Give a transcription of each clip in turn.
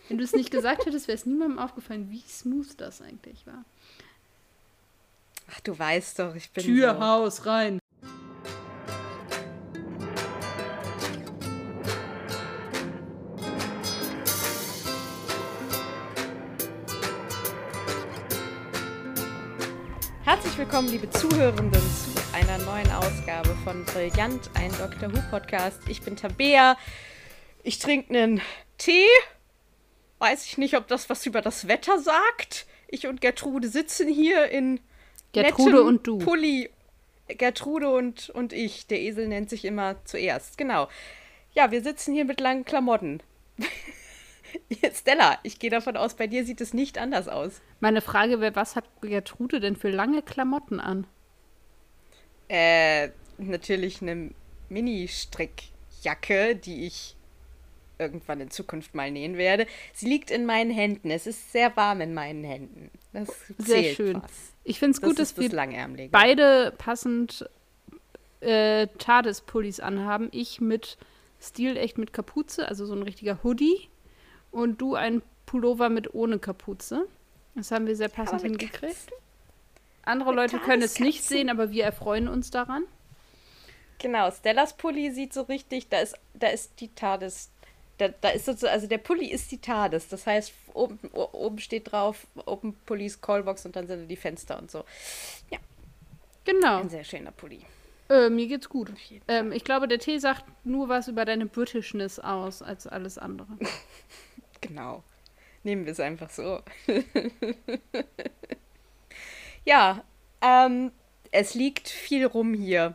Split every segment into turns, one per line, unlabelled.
Wenn du es nicht gesagt hättest, wäre es niemandem aufgefallen, wie smooth das eigentlich war.
Ach, du weißt doch, ich bin
Tür, Haus, rein.
Herzlich willkommen, liebe Zuhörenden, zu einer neuen Ausgabe von Brillant, ein Doctor Who Podcast. Ich bin Tabea, ich trinke einen Tee. Weiß ich nicht, ob das was über das Wetter sagt. Ich und Gertrude sitzen hier in
Gertrude und du.
Pulli. Gertrude und ich. Der Esel nennt sich immer zuerst. Genau. Ja, wir sitzen hier mit langen Klamotten. Stella, ich gehe davon aus, bei dir sieht es nicht anders aus.
Meine Frage wäre, was hat Gertrude denn für lange Klamotten an?
Natürlich eine Mini-Strickjacke, die ich irgendwann in Zukunft mal nähen werde. Sie liegt in meinen Händen. Es ist sehr warm in meinen Händen. Das
sehr
zählt
schön.
Was.
Ich finde es gut, dass wir
Langärmelige.
beide passend TARDIS-Pullis anhaben. Ich mit stilecht mit Kapuze, also so ein richtiger Hoodie. Und du ein Pullover mit ohne Kapuze. Das haben wir sehr passend hingekriegt. Andere Leute können es nicht sehen, aber wir erfreuen uns daran.
Genau, Stellas Pulli sieht so richtig, da ist die TARDIS. Da ist sozusagen, also der Pulli ist die TARDIS. Das heißt, oben steht drauf, Open Police Callbox und dann sind da die Fenster und so. Ja.
Genau.
Ein sehr schöner Pulli.
Mir geht's gut. Ich glaube, der Tee sagt nur was über deine Britishness aus, als alles andere.
Genau. Nehmen wir es einfach so. Ja, es liegt viel rum hier.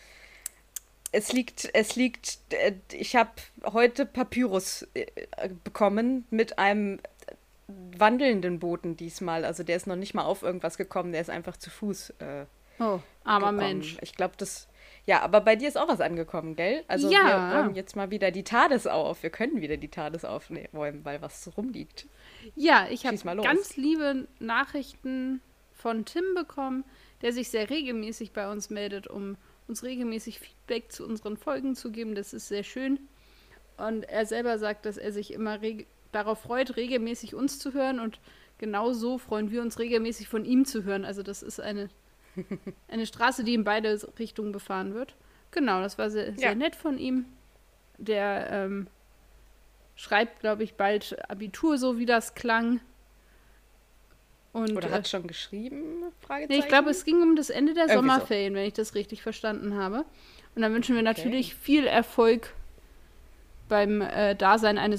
Ich habe heute Papyrus bekommen mit einem wandelnden Boten diesmal. Also der ist noch nicht mal auf irgendwas gekommen, der ist einfach zu Fuß
oh, armer
gekommen.
Mensch.
Ich glaube, ja, aber bei dir ist auch was angekommen, gell? Also
ja.
Wir räumen jetzt mal wieder die TARDIS auf. Wir können wieder die TARDIS aufräumen, weil was rumliegt.
Ja, ich habe ganz liebe Nachrichten von Tim bekommen, der sich sehr regelmäßig bei uns meldet, um uns regelmäßig Feedback zu unseren Folgen zu geben. Das ist sehr schön. Und er selber sagt, dass er sich immer darauf freut, regelmäßig uns zu hören. Und genauso freuen wir uns regelmäßig von ihm zu hören. Also das ist eine Straße, die in beide Richtungen befahren wird. Genau, das war sehr nett von ihm. Der schreibt, glaube ich, bald Abitur, so wie das klang. Und,
oder hat schon geschrieben?
Nee, ich glaube, es ging um das Ende der Sommerferien, wenn ich das richtig verstanden habe. Und dann wünschen wir natürlich viel Erfolg beim Dasein eines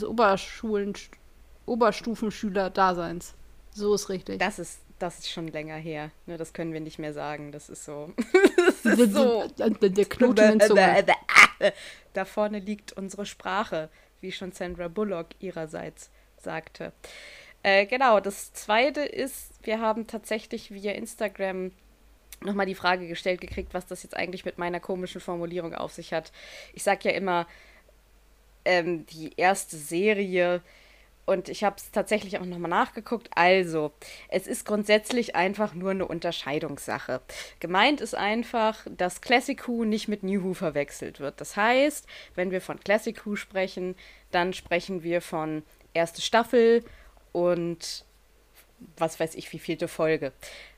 Oberstufenschüler-Daseins. So ist richtig.
Das ist schon länger her. Ne, das können wir nicht mehr sagen. Das ist so. Das ist so.
Der Knoten in Zunge.
Da vorne liegt unsere Sprache, wie schon Sandra Bullock ihrerseits sagte. Genau, das Zweite ist, wir haben tatsächlich via Instagram nochmal die Frage gestellt gekriegt, was das jetzt eigentlich mit meiner komischen Formulierung auf sich hat. Ich sag ja immer, die erste Serie, und ich habe es tatsächlich auch nochmal nachgeguckt. Also, es ist grundsätzlich einfach nur eine Unterscheidungssache. Gemeint ist einfach, dass Classic Who nicht mit New Who verwechselt wird. Das heißt, wenn wir von Classic Who sprechen, dann sprechen wir von erste Staffel und was weiß ich, wie vielte Folge.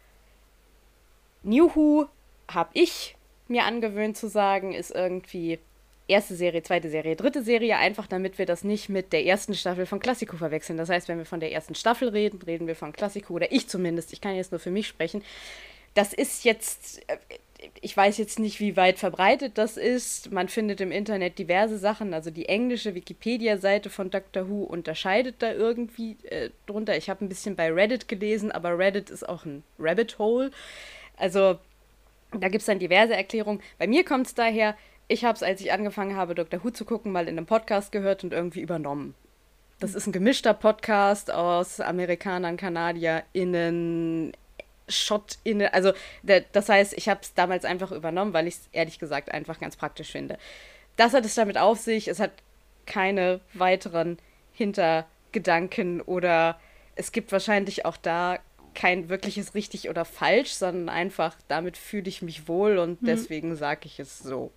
New Who, habe ich mir angewöhnt zu sagen, ist irgendwie erste Serie, zweite Serie, dritte Serie, einfach damit wir das nicht mit der ersten Staffel von Classic Who verwechseln. Das heißt, wenn wir von der ersten Staffel reden, reden wir von Classic Who, oder ich zumindest, ich kann jetzt nur für mich sprechen. Das ist jetzt, ich weiß jetzt nicht, wie weit verbreitet das ist. Man findet im Internet diverse Sachen, also die englische Wikipedia-Seite von Doctor Who unterscheidet da irgendwie drunter. Ich habe ein bisschen bei Reddit gelesen, aber Reddit ist auch ein Rabbit Hole. Also da gibt es dann diverse Erklärungen. Bei mir kommt es daher, ich habe es, als ich angefangen habe, Doctor Who zu gucken, mal in einem Podcast gehört und irgendwie übernommen. Das ist ein gemischter Podcast aus Amerikanern, KanadierInnen, SchottInnen. Also das heißt, ich habe es damals einfach übernommen, weil ich es ehrlich gesagt einfach ganz praktisch finde. Das hat es damit auf sich. Es hat keine weiteren Hintergedanken oder es gibt wahrscheinlich auch da kein wirkliches richtig oder falsch, sondern einfach, damit fühle ich mich wohl und deswegen sage ich es so.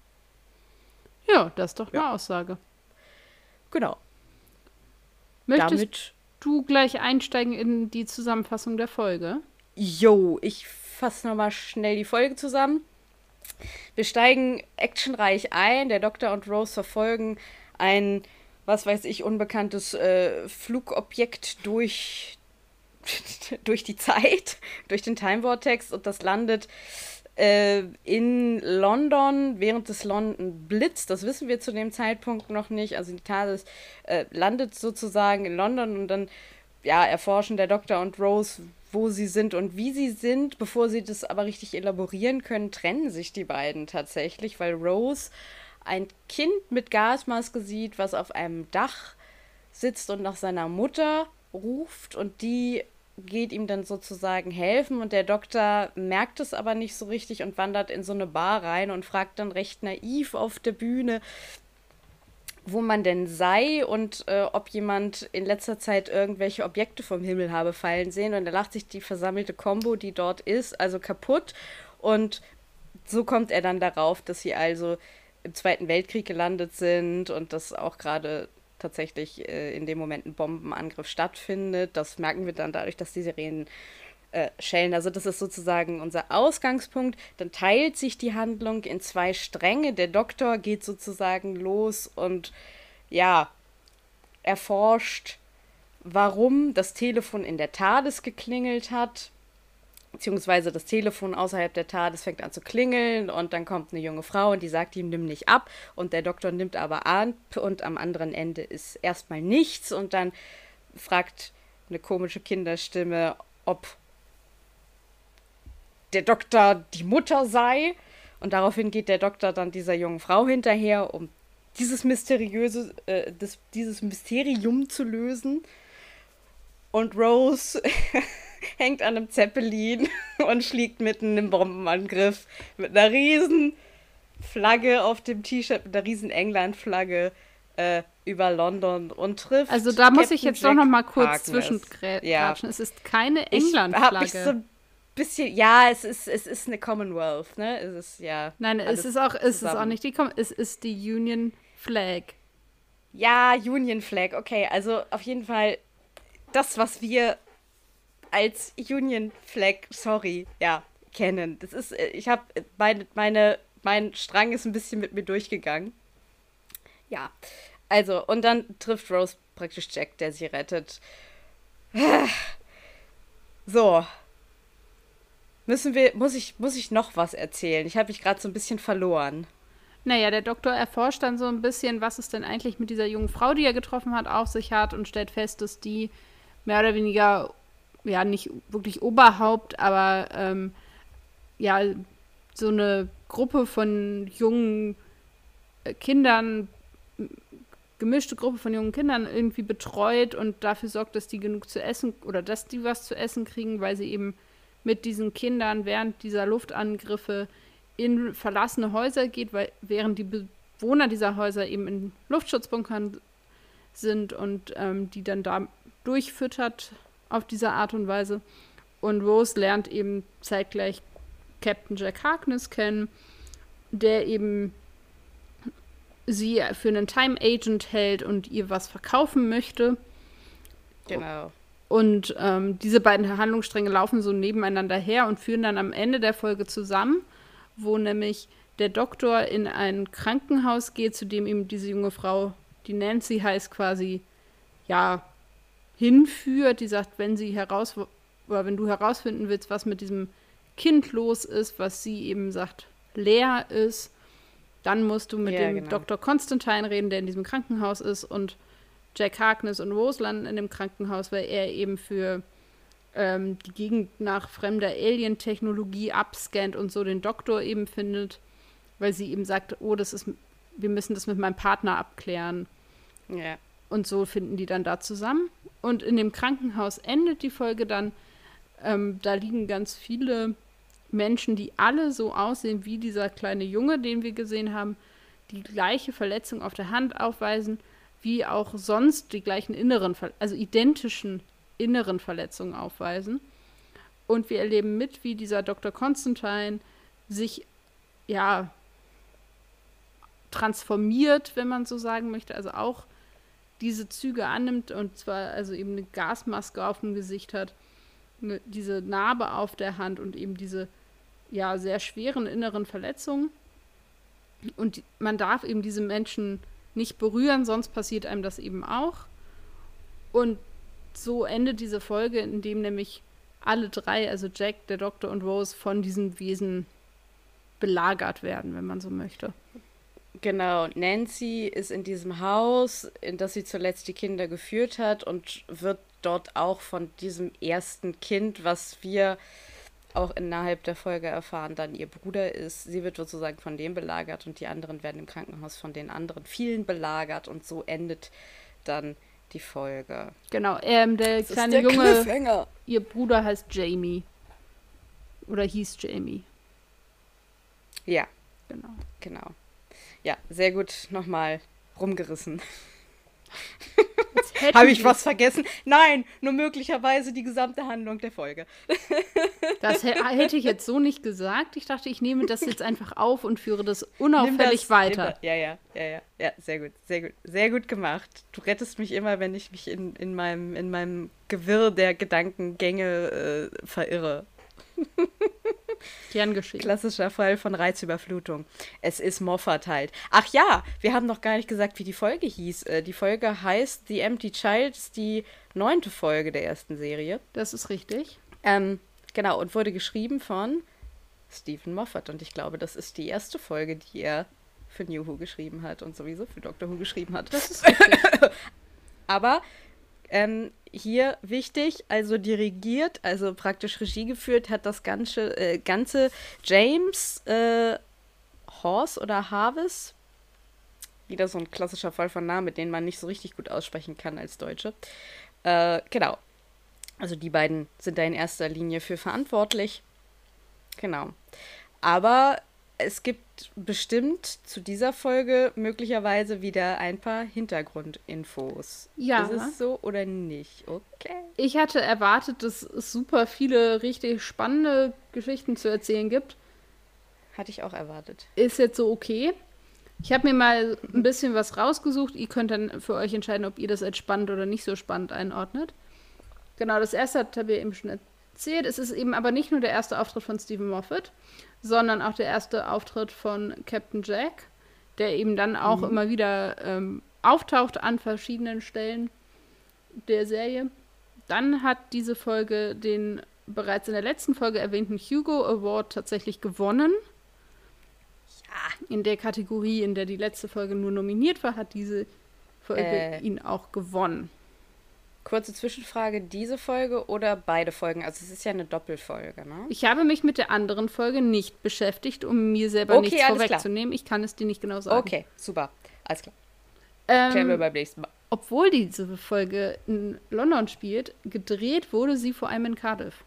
Ja, das ist doch eine Aussage.
Genau.
Damit du gleich einsteigen in die Zusammenfassung der Folge?
Jo, ich fasse nochmal schnell die Folge zusammen. Wir steigen actionreich ein. Der Doktor und Rose verfolgen ein, was weiß ich, unbekanntes Flugobjekt durch die Zeit, durch den Time Vortex, und das landet in London während des London Blitz. Das wissen wir zu dem Zeitpunkt noch nicht. Also die TARDIS landet sozusagen in London, und dann erforschen der Doktor und Rose, wo sie sind und wie sie sind. Bevor sie das aber richtig elaborieren können, trennen sich die beiden tatsächlich, weil Rose ein Kind mit Gasmaske sieht, was auf einem Dach sitzt und nach seiner Mutter ruft, und die geht ihm dann sozusagen helfen, und der Doktor merkt es aber nicht so richtig und wandert in so eine Bar rein und fragt dann recht naiv auf der Bühne, wo man denn sei und ob jemand in letzter Zeit irgendwelche Objekte vom Himmel habe fallen sehen, und er lacht sich die versammelte Combo, die dort ist, also kaputt, und so kommt er dann darauf, dass sie also im Zweiten Weltkrieg gelandet sind und dass auch gerade tatsächlich in dem Moment ein Bombenangriff stattfindet. Das merken wir dann dadurch, dass die Sirenen schellen. Also das ist sozusagen unser Ausgangspunkt. Dann teilt sich die Handlung in 2 Stränge. Der Doktor geht sozusagen los und erforscht, warum das Telefon in der TARDIS geklingelt hat, beziehungsweise das Telefon außerhalb der TARDIS fängt an zu klingeln, und dann kommt eine junge Frau und die sagt ihm, nimm nicht ab, und der Doktor nimmt aber ab, und am anderen Ende ist erstmal nichts, und dann fragt eine komische Kinderstimme, ob der Doktor die Mutter sei, und daraufhin geht der Doktor dann dieser jungen Frau hinterher, um dieses Mysterium zu lösen, und Rose hängt an einem Zeppelin und fliegt mitten im Bombenangriff mit einer riesen Flagge auf dem T-Shirt, mit einer riesen England-Flagge über London und trifft.
Also da muss ich jetzt doch noch mal kurz
Harkness.
zwischengrätschen.
Ja.
Es ist keine England-Flagge.
Ich habe mich so ein bisschen, es ist eine Commonwealth, ne? Es ist
Nein, es ist auch nicht die es ist die Union Flag.
Ja, Union Flag, okay. Also auf jeden Fall das, was wir als Union Flag, kennen. Das ist, ich habe mein Strang ist ein bisschen mit mir durchgegangen. Ja, also, und dann trifft Rose praktisch Jack, der sie rettet. So. Muss ich noch was erzählen? Ich habe mich gerade so ein bisschen verloren.
Naja, der Doktor erforscht dann so ein bisschen, was es denn eigentlich mit dieser jungen Frau, die er getroffen hat, auf sich hat, und stellt fest, dass die mehr oder weniger, nicht wirklich Oberhaupt, aber so eine Gruppe von jungen Kindern, gemischte Gruppe von jungen Kindern irgendwie betreut und dafür sorgt, dass die genug zu essen oder dass die was zu essen kriegen, weil sie eben mit diesen Kindern während dieser Luftangriffe in verlassene Häuser geht, während die Bewohner dieser Häuser eben in Luftschutzbunkern sind und die dann da durchfüttert auf diese Art und Weise. Und Rose lernt eben zeitgleich Captain Jack Harkness kennen, der eben sie für einen Time Agent hält und ihr was verkaufen möchte.
Genau.
Und diese beiden Handlungsstränge laufen so nebeneinander her und führen dann am Ende der Folge zusammen, wo nämlich der Doktor in ein Krankenhaus geht, zu dem ihm diese junge Frau, die Nancy heißt, quasi, hinführt. Die sagt, wenn du herausfinden willst, was mit diesem Kind los ist, was sie eben sagt, leer ist, dann musst du mit dem Dr. Constantine reden, der in diesem Krankenhaus ist, und Jack Harkness und Rose landen in dem Krankenhaus, weil er eben für die Gegend nach fremder Alien-Technologie abscannt und so den Doktor eben findet, weil sie eben sagt, wir müssen das mit meinem Partner abklären.
Ja.
Und so finden die dann da zusammen. Und in dem Krankenhaus endet die Folge dann. Da liegen ganz viele Menschen, die alle so aussehen wie dieser kleine Junge, den wir gesehen haben, die gleiche Verletzung auf der Hand aufweisen, wie auch sonst die gleichen identischen inneren Verletzungen aufweisen. Und wir erleben mit, wie dieser Dr. Constantine sich, transformiert, wenn man so sagen möchte. Also auch diese Züge annimmt und zwar also eben eine Gasmaske auf dem Gesicht hat, diese Narbe auf der Hand und eben diese ja sehr schweren inneren Verletzungen. Und man darf eben diese Menschen nicht berühren, sonst passiert einem das eben auch. Und so endet diese Folge, in dem nämlich alle drei, also Jack, der Doktor und Rose, von diesen Wesen belagert werden, wenn man so möchte.
Genau, Nancy ist in diesem Haus, in das sie zuletzt die Kinder geführt hat und wird dort auch von diesem ersten Kind, was wir auch innerhalb der Folge erfahren, dann ihr Bruder ist. Sie wird sozusagen von dem belagert und die anderen werden im Krankenhaus von den anderen vielen belagert und so endet dann die Folge.
Genau, der kleine Junge, ihr Bruder heißt Jamie. Oder hieß Jamie.
Ja.
Genau.
Ja, sehr gut nochmal rumgerissen. Habe ich was vergessen? Nein, nur möglicherweise die gesamte Handlung der Folge.
Das hätte ich jetzt so nicht gesagt. Ich dachte, ich nehme das jetzt einfach auf und führe das unauffällig weiter.
Ja, sehr gut. Sehr gut gemacht. Du rettest mich immer, wenn ich mich in meinem Gewirr der Gedankengänge verirre.
Gern geschehen.
Klassischer Fall von Reizüberflutung. Es ist Moffat halt. Ach ja, wir haben noch gar nicht gesagt, wie die Folge hieß. Die Folge heißt The Empty Child, ist die 9. Folge der ersten Serie.
Das ist richtig.
Genau, und wurde geschrieben von Stephen Moffat. Und ich glaube, das ist die erste Folge, die er für New Who geschrieben hat und sowieso für Doctor Who geschrieben hat.
Das ist richtig.
Aber hier wichtig, also dirigiert, also praktisch Regie geführt hat das ganze James Hawes oder Harvis. Wieder so ein klassischer Fall von Namen, mit denen man nicht so richtig gut aussprechen kann als Deutsche. Genau. Also die beiden sind da in erster Linie für verantwortlich. Genau. Aber es gibt bestimmt zu dieser Folge möglicherweise wieder ein paar Hintergrundinfos.
Ja.
Ist es so oder nicht? Okay.
Ich hatte erwartet, dass es super viele richtig spannende Geschichten zu erzählen gibt.
Hatte ich auch erwartet.
Ist jetzt so okay. Ich habe mir mal ein bisschen was rausgesucht. Ihr könnt dann für euch entscheiden, ob ihr das als spannend oder nicht so spannend einordnet. Genau, das erste habe ich eben schon erzählt. Es ist eben aber nicht nur der erste Auftritt von Stephen Moffat, sondern auch der erste Auftritt von Captain Jack, der eben dann auch immer wieder auftaucht an verschiedenen Stellen der Serie. Dann hat diese Folge den bereits in der letzten Folge erwähnten Hugo Award tatsächlich gewonnen. Ja. In der Kategorie, in der die letzte Folge nur nominiert war, hat diese Folge ihn auch gewonnen.
Kurze Zwischenfrage, diese Folge oder beide Folgen? Also es ist ja eine Doppelfolge, ne?
Ich habe mich mit der anderen Folge nicht beschäftigt, um mir selber nichts vorwegzunehmen. Ich kann es dir nicht genau sagen.
Okay, super. Alles klar. Klären wir beim nächsten Mal.
Obwohl diese Folge in London spielt, gedreht wurde sie vor allem in Cardiff.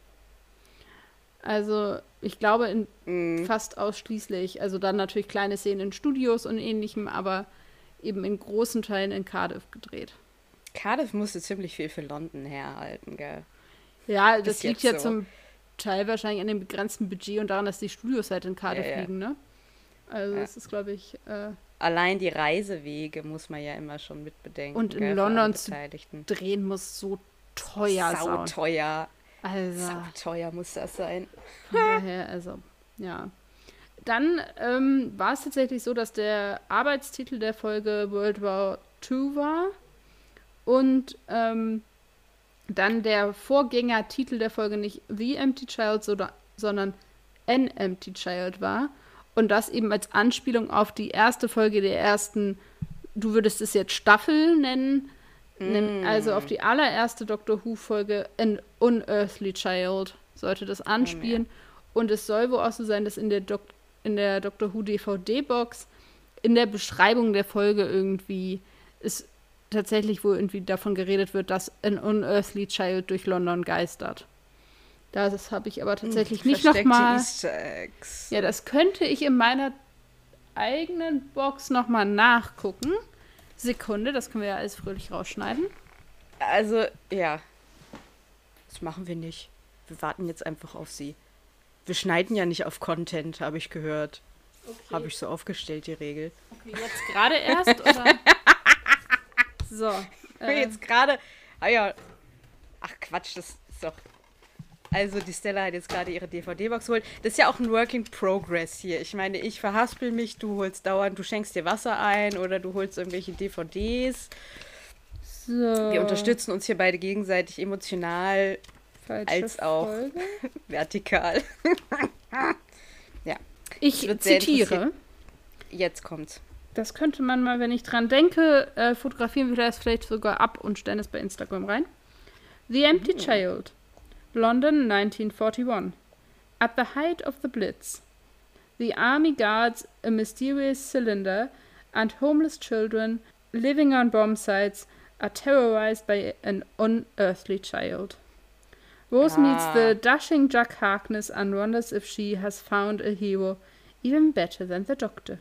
Also ich glaube fast ausschließlich, also dann natürlich kleine Szenen in Studios und ähnlichem, aber eben in großen Teilen in Cardiff gedreht.
Cardiff musste ziemlich viel für London herhalten, gell?
Ja, das liegt ja zum Teil wahrscheinlich an dem begrenzten Budget und daran, dass die Studios halt in Cardiff liegen, ne? Also das ist, glaube ich...
Allein die Reisewege muss man ja immer schon mit bedenken.
Und in London zu drehen muss so teuer sein.
Sauteuer.
Also.
Sauteuer muss das sein.
Von daher, also, ja. Dann war es tatsächlich so, dass der Arbeitstitel der Folge World War II war. Und dann der Vorgängertitel der Folge nicht The Empty Child, sondern An Empty Child war. Und das eben als Anspielung auf die erste Folge der ersten, du würdest es jetzt Staffel nennen, also auf die allererste Doctor Who-Folge An Unearthly Child sollte das anspielen. Und es soll wohl auch so sein, dass in der Doctor Who DVD-Box in der Beschreibung der Folge irgendwie ist tatsächlich wohl irgendwie davon geredet wird, dass An Unearthly Child durch London geistert. Das habe ich aber tatsächlich nicht nochmal. Ja, das könnte ich in meiner eigenen Box nochmal nachgucken. Sekunde, das können wir ja alles fröhlich rausschneiden.
Also, ja. Das machen wir nicht. Wir warten jetzt einfach auf sie. Wir schneiden ja nicht auf Content, habe ich gehört. Okay. Habe ich so aufgestellt, die Regel.
Okay, jetzt gerade erst, oder? So,
Jetzt gerade. Ah ja. Ach Quatsch, das ist doch. Also die Stella hat jetzt gerade ihre DVD-Box geholt. Das ist ja auch ein Work in Progress hier. Ich meine, ich verhaspel mich, du holst dauernd, du schenkst dir Wasser ein oder du holst irgendwelche DVDs.
So.
Wir unterstützen uns hier beide gegenseitig emotional
Falsche
als auch
Folge.
vertikal. Ja.
Ich zitiere.
Jetzt kommt's.
Das könnte man mal, wenn ich dran denke, fotografieren wir das vielleicht sogar ab und stellen es bei Instagram rein. The Empty Child. London, 1941. At the height of the Blitz, the army guards a mysterious cylinder and homeless children living on bomb sites are terrorized by an unearthly child. Rose meets the dashing Jack Harkness and wonders if she has found a hero even better than the Doctor.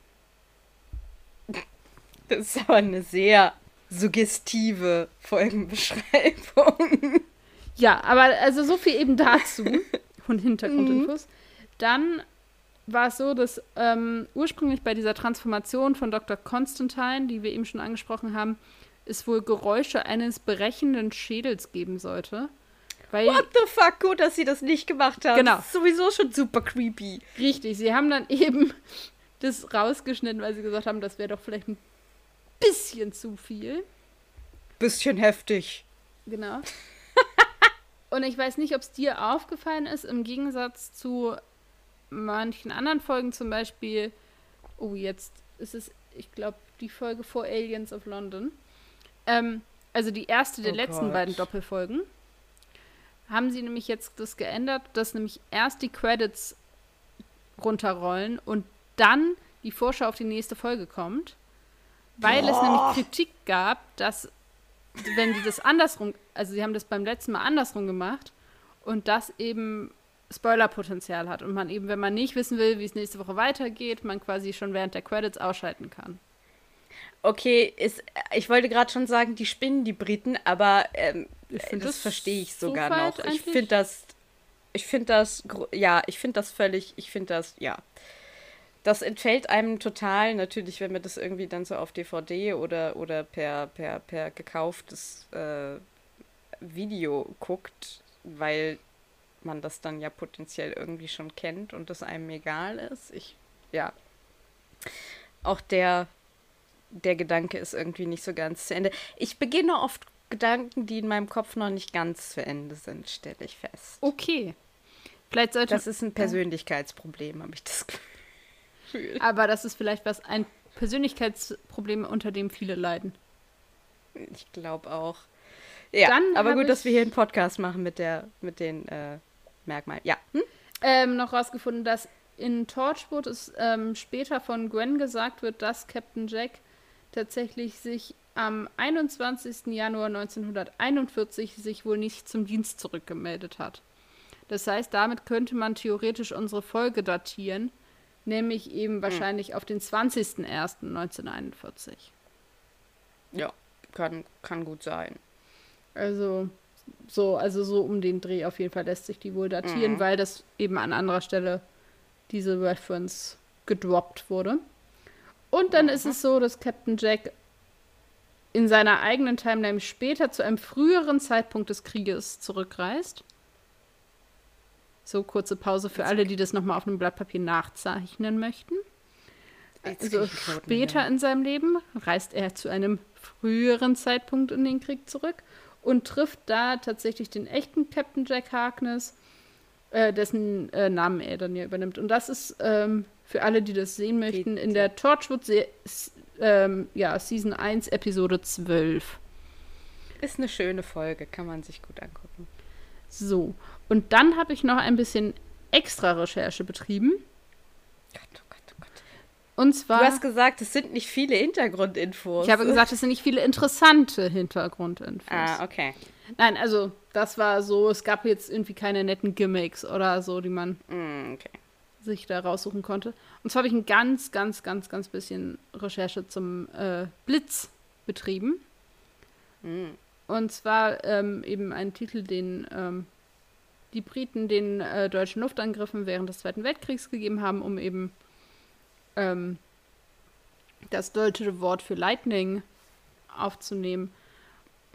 Das ist aber eine sehr suggestive Folgenbeschreibung.
Ja, aber also so viel eben dazu und Hintergrundinfos. Dann war es so, dass ursprünglich bei dieser Transformation von Dr. Constantine, die wir eben schon angesprochen haben, es wohl Geräusche eines brechenden Schädels geben sollte. Weil,
What the fuck, gut, dass sie das nicht gemacht haben.
Genau.
Das ist sowieso schon super creepy.
Richtig, sie haben dann eben das rausgeschnitten, weil sie gesagt haben, das wäre doch vielleicht ein bisschen zu viel.
Bisschen heftig.
Genau. Und ich weiß nicht, ob es dir aufgefallen ist, im Gegensatz zu manchen anderen Folgen, zum Beispiel, jetzt ist es, ich glaube, die Folge vor Aliens of London. Also die erste der letzten beiden Doppelfolgen. Haben sie nämlich jetzt das geändert, dass nämlich erst die Credits runterrollen und dann die Vorschau auf die nächste Folge kommt. Weil es nämlich Kritik gab, dass wenn die das andersrum, also sie haben das beim letzten Mal andersrum gemacht und das eben Spoilerpotenzial hat und man eben, wenn man nicht wissen will, wie es nächste Woche weitergeht, man quasi schon während der Credits ausschalten kann.
Okay, ich wollte gerade schon sagen, die spinnen die Briten, aber das verstehe ich sogar noch. Ich finde das völlig, das entfällt einem total, natürlich, wenn man das irgendwie dann so auf DVD oder per gekauftes Video guckt, weil man das dann ja potenziell irgendwie schon kennt und das einem egal ist. Auch der Gedanke ist irgendwie nicht so ganz zu Ende. Ich beginne oft Gedanken, die in meinem Kopf noch nicht ganz zu Ende sind, stelle ich fest.
Okay. Vielleicht sollte
das ist ein Persönlichkeitsproblem, habe ich das Gefühl.
Aber das ist vielleicht ein Persönlichkeitsproblem, unter dem viele leiden.
Ich glaube auch. Ja, dann aber gut, dass wir hier einen Podcast machen mit den Merkmalen. Ja.
Noch rausgefunden, dass in Torchwood es später von Gwen gesagt wird, dass Captain Jack tatsächlich sich am 21. Januar 1941 sich wohl nicht zum Dienst zurückgemeldet hat. Das heißt, damit könnte man theoretisch unsere Folge datieren, nämlich eben wahrscheinlich auf den 20.01.1941.
Ja, kann gut sein.
Also so um den Dreh auf jeden Fall lässt sich die wohl datieren, weil das eben an anderer Stelle diese Reference gedroppt wurde. Und dann ist es so, dass Captain Jack in seiner eigenen Timeline später zu einem früheren Zeitpunkt des Krieges zurückreist. So, kurze Pause für alle, die das nochmal auf einem Blatt Papier nachzeichnen möchten. Also später in seinem Leben reist er zu einem früheren Zeitpunkt in den Krieg zurück und trifft da tatsächlich den echten Captain Jack Harkness, dessen Namen er dann ja übernimmt. Und das ist für alle, die das sehen möchten, in der Torchwood Season 1, Episode 12.
Ist eine schöne Folge, kann man sich gut angucken.
So, und dann habe ich noch ein bisschen extra Recherche betrieben.
Gott.
Und zwar...
Du hast gesagt, es sind nicht viele Hintergrundinfos.
Ich habe gesagt, es sind nicht viele interessante Hintergrundinfos.
Ah, okay.
Nein, also das war so, es gab jetzt irgendwie keine netten Gimmicks oder so, die man sich da raussuchen konnte. Und zwar habe ich ein ganz bisschen Recherche zum Blitz betrieben. Und zwar eben einen Titel, den die Briten den deutschen Luftangriffen während des Zweiten Weltkriegs gegeben haben, um eben das deutsche Wort für Lightning aufzunehmen.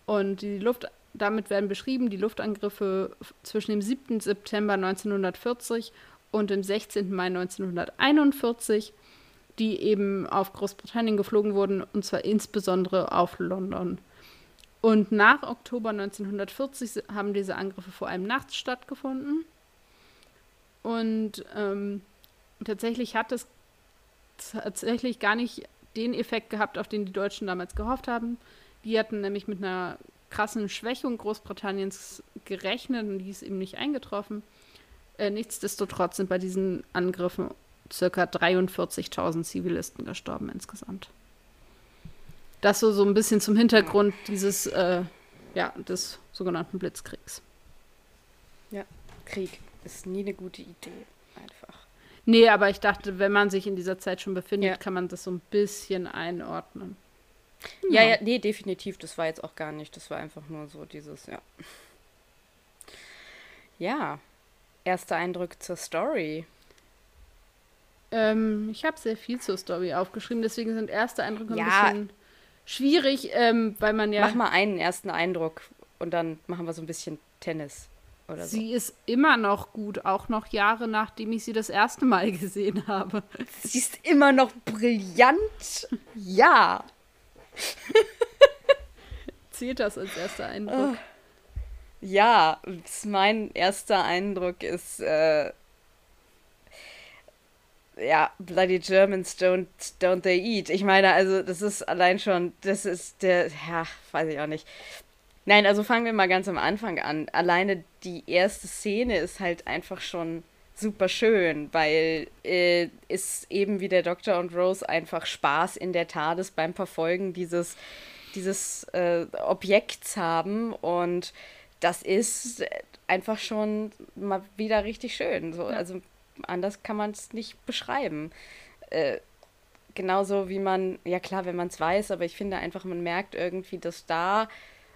Und damit werden beschrieben die Luftangriffe zwischen dem 7. September 1940 und dem 16. Mai 1941, die eben auf Großbritannien geflogen wurden, und zwar insbesondere auf London. Und nach Oktober 1940 haben diese Angriffe vor allem nachts stattgefunden. Und tatsächlich hat es gar nicht den Effekt gehabt, auf den die Deutschen damals gehofft haben. Die hatten nämlich mit einer krassen Schwächung Großbritanniens gerechnet und die ist eben nicht eingetroffen. Nichtsdestotrotz sind bei diesen Angriffen ca. 43.000 Zivilisten gestorben insgesamt. Das so ein bisschen zum Hintergrund des sogenannten Blitzkriegs.
Ja, Krieg ist nie eine gute Idee, einfach.
Nee, aber ich dachte, wenn man sich in dieser Zeit schon befindet, kann man das so ein bisschen einordnen.
Ja, nee, definitiv. Das war jetzt auch gar nicht. Das war einfach nur so dieses, Ja, erster Eindruck zur Story.
Ich habe sehr viel zur Story aufgeschrieben, deswegen sind erste Eindrücke ein bisschen schwierig, weil man ja...
Mach mal einen ersten Eindruck und dann machen wir so ein bisschen Tennis oder so.
Sie ist immer noch gut, auch noch Jahre nachdem ich sie das erste Mal gesehen habe.
Sie ist immer noch brillant. Ja.
Zählt das als erster Eindruck?
Ja, mein erster Eindruck ist, Bloody Germans don't they eat. Ich meine, also das ist allein schon, weiß ich auch nicht. Nein, also fangen wir mal ganz am Anfang an. Alleine die erste Szene ist halt einfach schon super schön, weil es eben wie der Doktor und Rose einfach Spaß in der TARDIS beim Verfolgen dieses Objekts haben und das ist einfach schon mal wieder richtig schön. So, also anders kann man es nicht beschreiben. Genauso wie man, ja klar, wenn man es weiß, aber ich finde einfach, man merkt irgendwie, dass da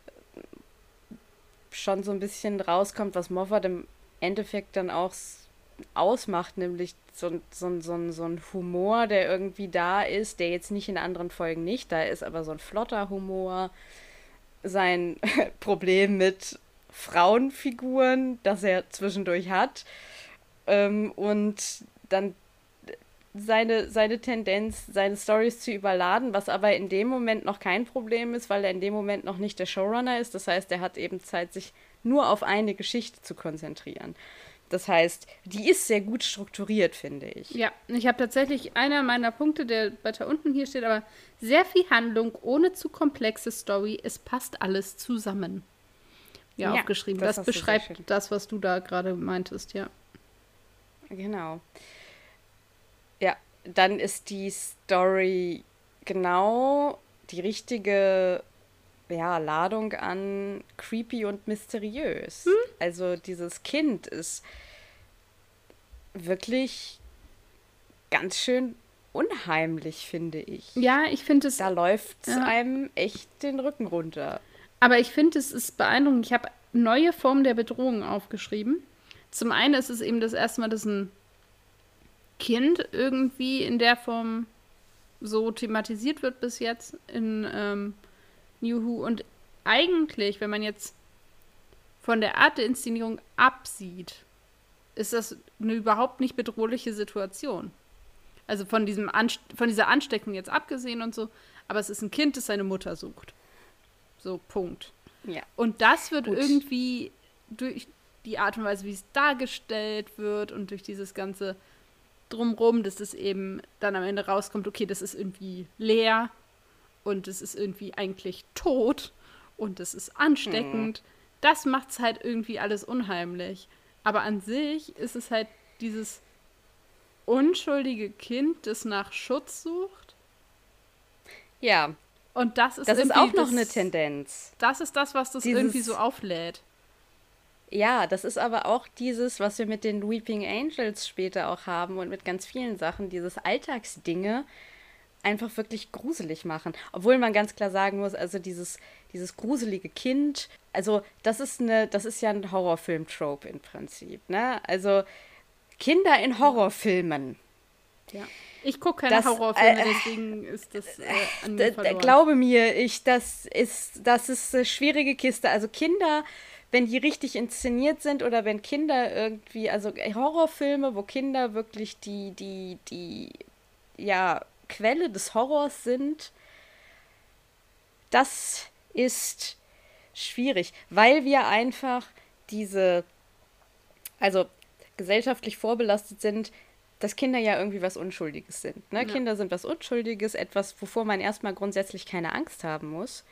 schon so ein bisschen rauskommt, was Moffat im Endeffekt dann auch ausmacht, nämlich so ein Humor, der irgendwie da ist, der jetzt nicht in anderen Folgen nicht da ist, aber so ein flotter Humor, sein Problem mit Frauenfiguren, das er zwischendurch hat, und dann seine Tendenz, seine Storys zu überladen, was aber in dem Moment noch kein Problem ist, weil er in dem Moment noch nicht der Showrunner ist. Das heißt, er hat eben Zeit, sich nur auf eine Geschichte zu konzentrieren. Das heißt, die ist sehr gut strukturiert, finde ich.
Ja, ich habe tatsächlich einer meiner Punkte, der weiter unten hier steht, aber sehr viel Handlung, ohne zu komplexe Story. Es passt alles zusammen. Ja, aufgeschrieben. Das beschreibt das, was du da gerade meintest, ja.
Genau. Ja, dann ist die Story genau die richtige Ladung an creepy und mysteriös. Also dieses Kind ist wirklich ganz schön unheimlich, finde ich.
Ja, ich finde es...
Da läuft es einem echt den Rücken runter.
Aber ich finde, es ist beeindruckend. Ich habe neue Formen der Bedrohung aufgeschrieben. Zum einen ist es eben das erste Mal, dass ein Kind irgendwie in der Form so thematisiert wird bis jetzt in New Who. Und eigentlich, wenn man jetzt von der Art der Inszenierung absieht, ist das eine überhaupt nicht bedrohliche Situation. Also von dieser Ansteckung jetzt abgesehen und so. Aber es ist ein Kind, das seine Mutter sucht. So, Punkt.
Ja.
Und das wird irgendwie durch die Art und Weise, wie es dargestellt wird und durch dieses ganze Drumrum, dass es eben dann am Ende rauskommt, okay, das ist irgendwie leer und es ist irgendwie eigentlich tot und es ist ansteckend. Das macht es halt irgendwie alles unheimlich. Aber an sich ist es halt dieses unschuldige Kind, das nach Schutz sucht.
Ja.
Und das ist
auch noch eine Tendenz.
Das ist das, was das irgendwie so auflädt.
Ja, das ist aber auch dieses, was wir mit den Weeping Angels später auch haben und mit ganz vielen Sachen, dieses Alltagsdinge einfach wirklich gruselig machen. Obwohl man ganz klar sagen muss, also dieses gruselige Kind, also das ist ja ein Horrorfilm-Trope im Prinzip, ne? Also Kinder in Horrorfilmen.
Ja. Ich gucke keine Horrorfilme, deswegen ist das an mir verloren.
Glaube mir, das ist eine schwierige Kiste. Also Kinder, wenn die richtig inszeniert sind oder wenn Kinder irgendwie, also Horrorfilme, wo Kinder wirklich die Quelle des Horrors sind, das ist schwierig, weil wir einfach also gesellschaftlich vorbelastet sind, dass Kinder ja irgendwie was Unschuldiges sind. Ne? Ja. Kinder sind was Unschuldiges, etwas, wovor man erstmal grundsätzlich keine Angst haben muss.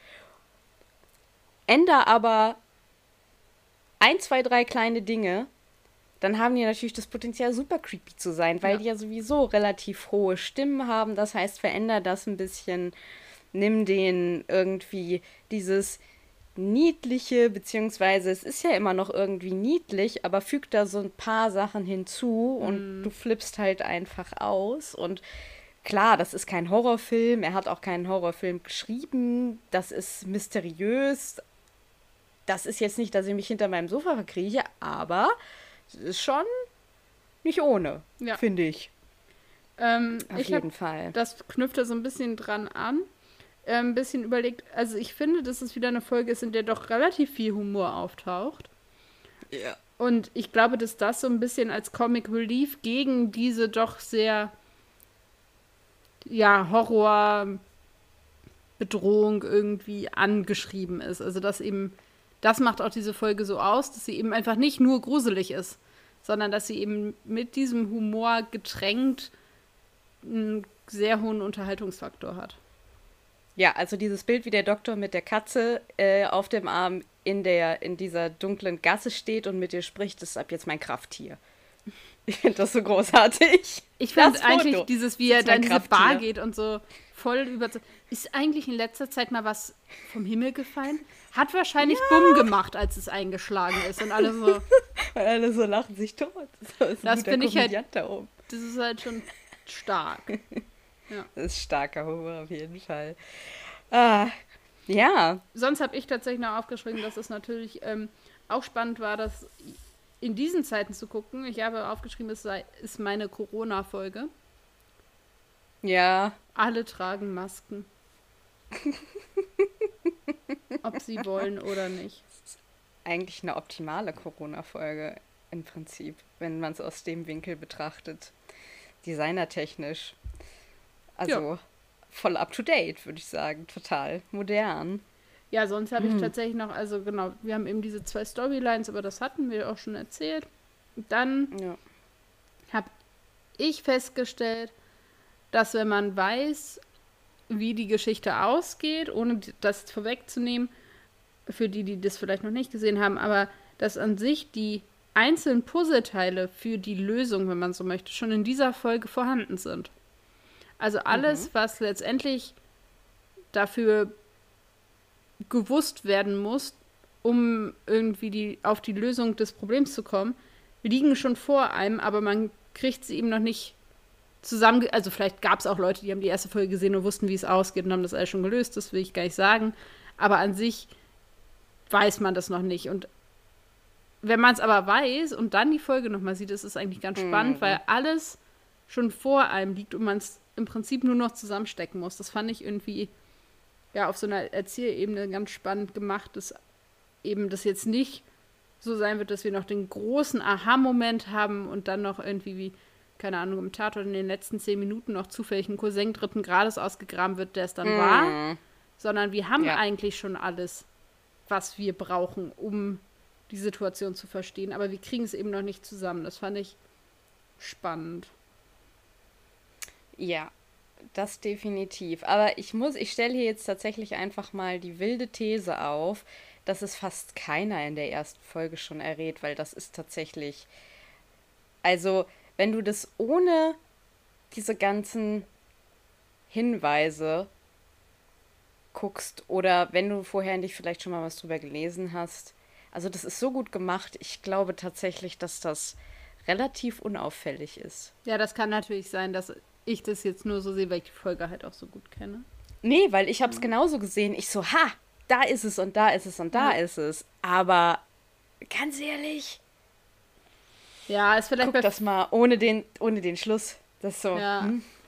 Änder aber 1, 2, 3 kleine Dinge, dann haben die natürlich das Potenzial, super creepy zu sein, weil die ja sowieso relativ hohe Stimmen haben. Das heißt, veränder das ein bisschen, nimm denen irgendwie dieses Niedliche, beziehungsweise es ist ja immer noch irgendwie niedlich, aber füg da so ein paar Sachen hinzu und du flippst halt einfach aus. Und klar, das ist kein Horrorfilm, er hat auch keinen Horrorfilm geschrieben, das ist mysteriös. Das ist jetzt nicht, dass ich mich hinter meinem Sofa verkrieche, aber es ist schon nicht ohne, finde ich. Auf jeden Fall.
Das knüpft da so ein bisschen dran an. Ein bisschen überlegt, also ich finde, dass es wieder eine Folge ist, in der doch relativ viel Humor auftaucht.
Ja.
Und ich glaube, dass das so ein bisschen als Comic Relief gegen diese doch sehr Horror-Bedrohung irgendwie angeschrieben ist. Also das macht auch diese Folge so aus, dass sie eben einfach nicht nur gruselig ist, sondern dass sie eben mit diesem Humor getränkt einen sehr hohen Unterhaltungsfaktor hat.
Ja, also dieses Bild, wie der Doktor mit der Katze auf dem Arm in dieser dunklen Gasse steht und mit ihr spricht, das ist ab jetzt mein Krafttier. Ich finde das so großartig.
Ich finde eigentlich wie er dann in diese Bar geht und so voll ist eigentlich in letzter Zeit mal was vom Himmel gefallen? Hat wahrscheinlich Bumm gemacht, als es eingeschlagen ist und alle so.
Und alle so lachen sich tot.
Das finde ich halt, das ist halt schon stark. Ja.
Das ist starker Humor auf jeden Fall. Ja.
Sonst habe ich tatsächlich noch aufgeschrieben, dass es natürlich auch spannend war, das in diesen Zeiten zu gucken. Ich habe aufgeschrieben, es ist meine Corona-Folge.
Ja.
Alle tragen Masken. Ob sie wollen oder nicht.
Das ist eigentlich eine optimale Corona-Folge im Prinzip, wenn man es aus dem Winkel betrachtet. Designertechnisch. Also voll up to date, würde ich sagen. Total modern.
Ja, sonst habe ich tatsächlich noch, also genau, wir haben eben diese 2 Storylines, aber das hatten wir auch schon erzählt. Dann habe ich festgestellt, dass wenn man weiß, wie die Geschichte ausgeht, ohne das vorwegzunehmen, für die das vielleicht noch nicht gesehen haben, aber dass an sich die einzelnen Puzzleteile für die Lösung, wenn man so möchte, schon in dieser Folge vorhanden sind. Also alles, was letztendlich dafür gewusst werden muss, um irgendwie auf die Lösung des Problems zu kommen, liegen schon vor einem, aber man kriegt sie eben noch nicht zusammen. Also vielleicht gab es auch Leute, die haben die erste Folge gesehen und wussten, wie es ausgeht und haben das alles schon gelöst, das will ich gar nicht sagen. Aber an sich weiß man das noch nicht. Und wenn man es aber weiß und dann die Folge nochmal sieht, ist es eigentlich ganz spannend, weil alles schon vor einem liegt und man es im Prinzip nur noch zusammenstecken muss. Das fand ich irgendwie auf so einer Erzählebene ganz spannend gemacht, dass eben das jetzt nicht so sein wird, dass wir noch den großen Aha-Moment haben und dann noch irgendwie wie, keine Ahnung, im Tatort in den letzten 10 Minuten noch zufällig ein Cousin 3. Grades ausgegraben wird, der es dann war, sondern wir haben eigentlich schon alles, was wir brauchen, um die Situation zu verstehen, aber wir kriegen es eben noch nicht zusammen. Das fand ich spannend.
Ja, das definitiv. Aber ich stelle hier jetzt tatsächlich einfach mal die wilde These auf, dass es fast keiner in der ersten Folge schon errät, weil das ist tatsächlich, also wenn du das ohne diese ganzen Hinweise guckst oder wenn du vorher nicht vielleicht schon mal was drüber gelesen hast, also das ist so gut gemacht, ich glaube tatsächlich, dass das relativ unauffällig ist.
Ja, das kann natürlich sein, dass ich das jetzt nur so sehe, weil ich die Folge halt auch so gut kenne.
Nee, weil ich habe es genauso gesehen. Ich so, da ist es und da ist es und da ist es. Aber ganz ehrlich,
ja, ist vielleicht
guck das mal ohne den Schluss. Das ist so.
Ja,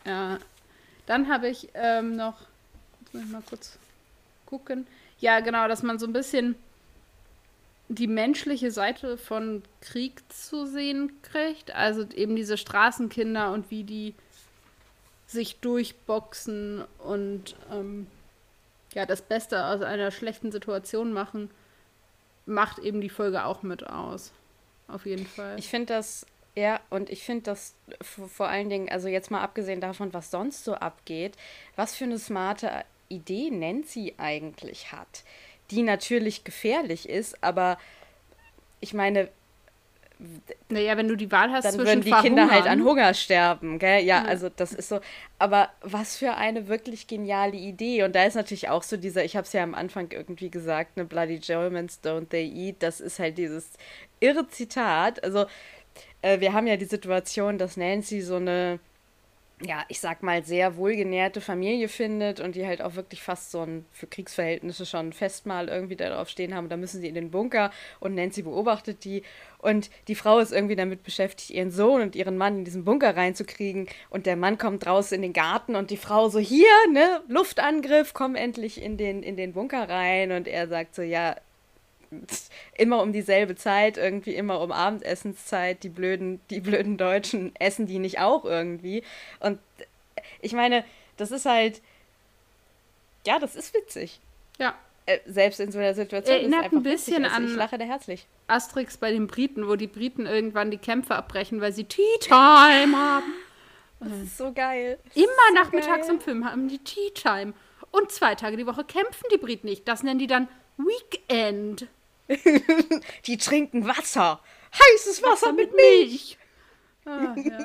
Ja. Dann habe ich noch, jetzt muss ich mal kurz gucken. Ja, genau, dass man so ein bisschen die menschliche Seite von Krieg zu sehen kriegt. Also eben diese Straßenkinder und wie die sich durchboxen und das Beste aus einer schlechten Situation machen, macht eben die Folge auch mit aus. Auf jeden Fall.
Ich finde das, ja, und ich finde das vor allen Dingen, also jetzt mal abgesehen davon, was sonst so abgeht, was für eine smarte Idee Nancy eigentlich hat, die natürlich gefährlich ist, aber ich meine,
naja, wenn du die Wahl hast
dann
zwischen
würden die Kinder halt an Hunger sterben, gell? Ja, also das ist so. Aber was für eine wirklich geniale Idee. Und da ist natürlich auch so dieser, ich habe es ja am Anfang irgendwie gesagt, ne, Bloody Germans don't they eat. Das ist halt dieses irre Zitat. Also wir haben ja die Situation, dass Nancy so eine, ja, ich sag mal, sehr wohlgenährte Familie findet und die halt auch wirklich fast so ein, für Kriegsverhältnisse schon ein Festmahl irgendwie darauf stehen haben. Da müssen sie in den Bunker und Nancy beobachtet die. Und die Frau ist irgendwie damit beschäftigt, ihren Sohn und ihren Mann in diesen Bunker reinzukriegen. Und der Mann kommt raus in den Garten und die Frau so, hier, ne, Luftangriff, komm endlich in den Bunker rein. Und er sagt so, ja, immer um dieselbe Zeit, irgendwie immer um Abendessenszeit, die blöden Deutschen essen die nicht auch irgendwie. Und ich meine, das ist halt, ja, das ist witzig.
Ja.
Selbst in so einer Situation ist es einfach
ein bisschen
witzig. Also
an
ich lache da herzlich.
Asterix bei den Briten, wo die Briten irgendwann die Kämpfe abbrechen, weil sie Tea Time haben.
Das ist so geil.
Immer so nachmittags geil. Um 5 haben die Tea Time. Und 2 Tage die Woche kämpfen die Briten nicht. Das nennen die dann Weekend.
Die trinken Wasser. Heißes Wasser mit Milch.
Ah, ja.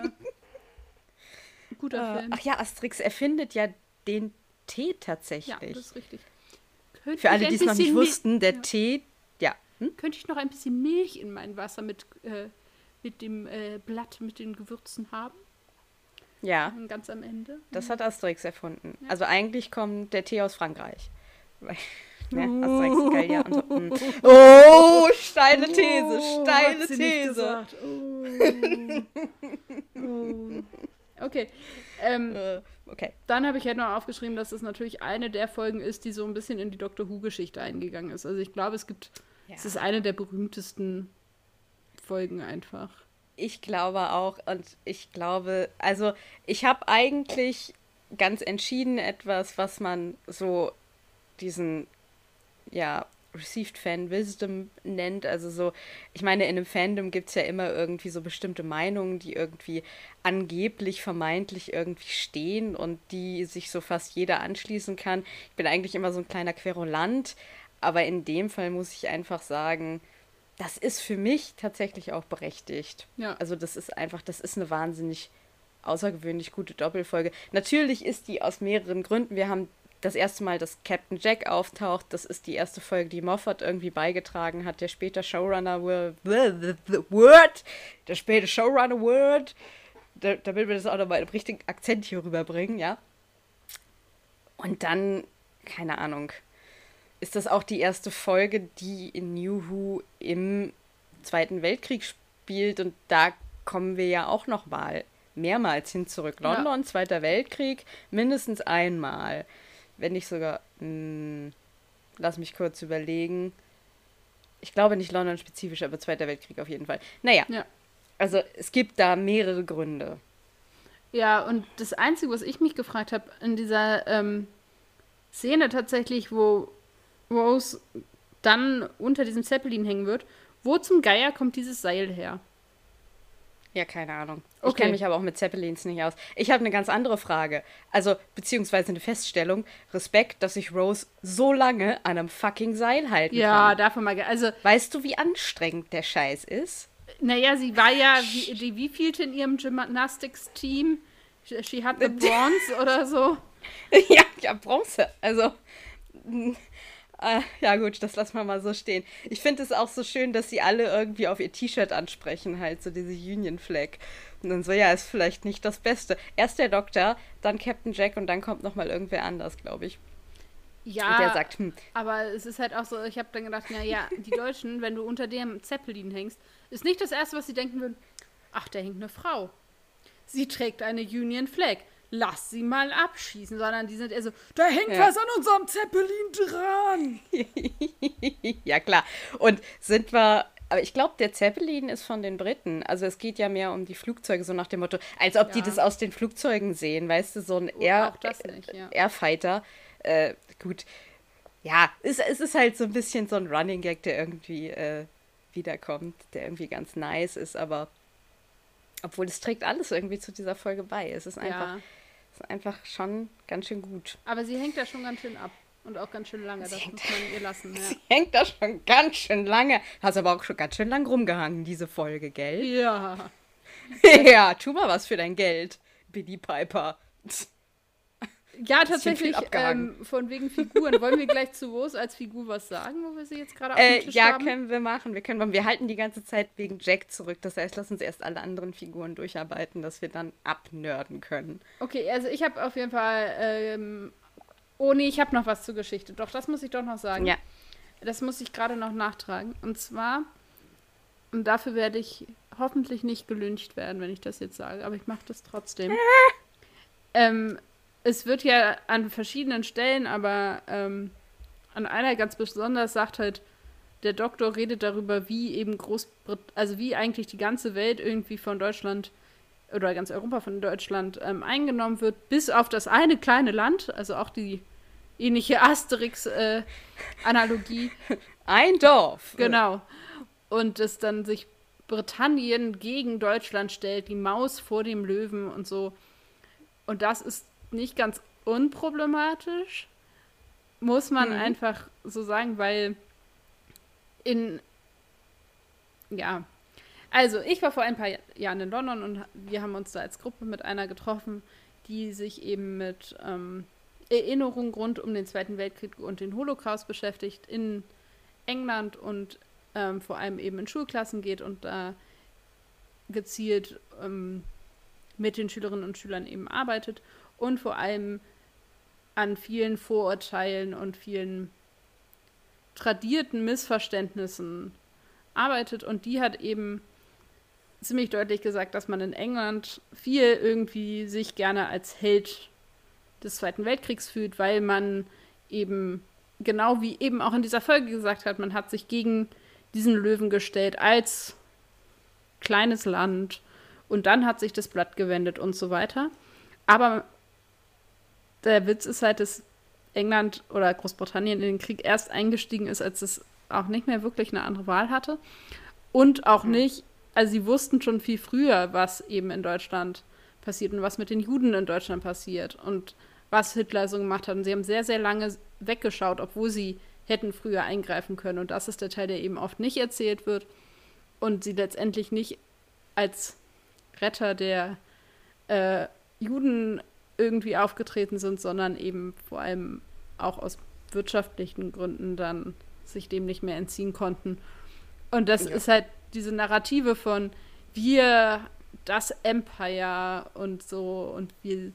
Guter Film.
Ach ja, Asterix erfindet ja den Tee tatsächlich.
Ja, das ist richtig.
Für alle, die es noch nicht wussten, der Tee, ja.
Könnte ich noch ein bisschen Milch in mein Wasser mit dem Blatt, mit den Gewürzen haben?
Ja.
Und ganz am Ende.
Das hat Asterix erfunden. Ja. Also eigentlich kommt der Tee aus Frankreich. Ne? Asterix ist geil, ja. Und so, oh, steile These, steile These.
Okay.
Okay.
Dann habe ich halt noch aufgeschrieben, dass es natürlich eine der Folgen ist, die so ein bisschen in die Doctor Who-Geschichte eingegangen ist. Also ich glaube, es ist eine der berühmtesten Folgen einfach.
Ich glaube auch und ich glaube, also ich habe eigentlich ganz entschieden etwas, was man so diesen, ja, Received Fan Wisdom nennt, also so, ich meine, in einem Fandom gibt es ja immer irgendwie so bestimmte Meinungen, die irgendwie angeblich, vermeintlich irgendwie stehen und die sich so fast jeder anschließen kann. Ich bin eigentlich immer so ein kleiner Querulant, aber in dem Fall muss ich einfach sagen, das ist für mich tatsächlich auch berechtigt.
Ja.
Also das ist eine wahnsinnig außergewöhnlich gute Doppelfolge. Natürlich ist die aus mehreren Gründen, wir haben das erste Mal, dass Captain Jack auftaucht, das ist die erste Folge, die Moffat irgendwie beigetragen hat, der später Showrunner Word, damit wir das auch nochmal im richtigen Akzent hier rüberbringen, ja. Und dann, keine Ahnung, ist das auch die erste Folge, die in New Who im Zweiten Weltkrieg spielt und da kommen wir ja auch noch mal mehrmals hin zurück. London, ja. Zweiter Weltkrieg, mindestens einmal. Wenn nicht sogar, lass mich kurz überlegen. Ich glaube nicht London spezifisch, aber Zweiter Weltkrieg auf jeden Fall. Naja, ja. Also es gibt da mehrere Gründe.
Ja, und das Einzige, was ich mich gefragt habe, in dieser Szene tatsächlich, wo Rose dann unter diesem Zeppelin hängen wird, wo zum Geier kommt dieses Seil her?
Ja, keine Ahnung. Okay. Ich kenne mich aber auch mit Zeppelins nicht aus. Ich habe eine ganz andere Frage. Also, beziehungsweise eine Feststellung. Respekt, dass sich Rose so lange an einem fucking Seil halten kann.
Ja, davon mal. Also,
weißt du, wie anstrengend der Scheiß ist?
Naja, sie war ja die wievielte in ihrem Gymnastics-Team? She had the bronze oder so?
Ja, Bronze. Also, ja gut, das lassen wir mal so stehen. Ich finde es auch so schön, dass sie alle irgendwie auf ihr T-Shirt ansprechen, halt so diese Union Flag. Und dann so, ja, ist vielleicht nicht das Beste. Erst der Doktor, dann Captain Jack und dann kommt nochmal irgendwer anders, glaube ich.
Ja, und der sagt, aber es ist halt auch so, ich habe dann gedacht, naja, die Deutschen, wenn du unter dem Zeppelin hängst, ist nicht das Erste, was sie denken würden, ach, da hängt eine Frau. Sie trägt eine Union Flag. lass sie mal abschießen, sondern die sind eher so, da hängt was an unserem Zeppelin dran.
Ja, klar. Und aber ich glaube, der Zeppelin ist von den Briten. Also es geht ja mehr um die Flugzeuge, so nach dem Motto, als ob die das aus den Flugzeugen sehen, weißt du, so ein
Auch das nicht,
Airfighter. Gut. Ja, es ist halt so ein bisschen so ein Running Gag, der irgendwie wiederkommt, der irgendwie ganz nice ist, aber obwohl es trägt alles irgendwie zu dieser Folge bei. Es ist einfach schon ganz schön gut.
Aber sie hängt da schon ganz schön ab. Und auch ganz schön lange, das muss man ihr lassen. Ja.
Sie hängt da schon ganz schön lange. Hast aber auch schon ganz schön lang rumgehangen, diese Folge, gell?
Ja.
Ja, tu mal was für dein Geld, Billie Piper.
Ja, tatsächlich, von wegen Figuren. Wollen wir gleich zu Rose als Figur was sagen, wo wir sie jetzt gerade auf dem Tisch haben?
Ja, können wir machen. Wir halten die ganze Zeit wegen Jack zurück. Das heißt, lass uns erst alle anderen Figuren durcharbeiten, dass wir dann abnörden können.
Okay, also ich habe auf jeden Fall... nee, ich habe noch was zur Geschichte. Doch, das muss ich doch noch sagen.
Ja. Das
muss ich gerade noch nachtragen. Und zwar, und dafür werde ich hoffentlich nicht gelyncht werden, wenn ich das jetzt sage, aber ich mache das trotzdem. Es wird ja an verschiedenen Stellen, aber an einer ganz besonders sagt halt, der Doktor redet darüber, wie eben also wie eigentlich die ganze Welt irgendwie von Deutschland oder ganz Europa von Deutschland eingenommen wird, bis auf das eine kleine Land, also auch die ähnliche Asterix-Analogie.
Ein Dorf.
Genau. Und es dann sich Britannien gegen Deutschland stellt, die Maus vor dem Löwen und so. Und das ist nicht ganz unproblematisch, muss man einfach so sagen, weil also ich war vor ein paar Jahren in London und wir haben uns da als Gruppe mit einer getroffen, die sich eben mit Erinnerungen rund um den Zweiten Weltkrieg und den Holocaust beschäftigt in England und vor allem eben in Schulklassen geht und da gezielt mit den Schülerinnen und Schülern eben arbeitet und vor allem an vielen Vorurteilen und vielen tradierten Missverständnissen arbeitet. Und die hat eben ziemlich deutlich gesagt, dass man in England viel irgendwie sich gerne als Held des Zweiten Weltkriegs fühlt, weil man eben, genau wie eben auch in dieser Folge gesagt hat, man hat sich gegen diesen Löwen gestellt als kleines Land und dann hat sich das Blatt gewendet und so weiter. Aber der Witz ist halt, dass England oder Großbritannien in den Krieg erst eingestiegen ist, als es auch nicht mehr wirklich eine andere Wahl hatte. Und auch nicht, also sie wussten schon viel früher, was eben in Deutschland passiert und was mit den Juden in Deutschland passiert und was Hitler so gemacht hat. Und sie haben sehr, sehr lange weggeschaut, obwohl sie hätten früher eingreifen können. Und das ist der Teil, der eben oft nicht erzählt wird und sie letztendlich nicht als Retter der Juden irgendwie aufgetreten sind, sondern eben vor allem auch aus wirtschaftlichen Gründen dann sich dem nicht mehr entziehen konnten. Und das ist halt diese Narrative von wir, das Empire und so und wir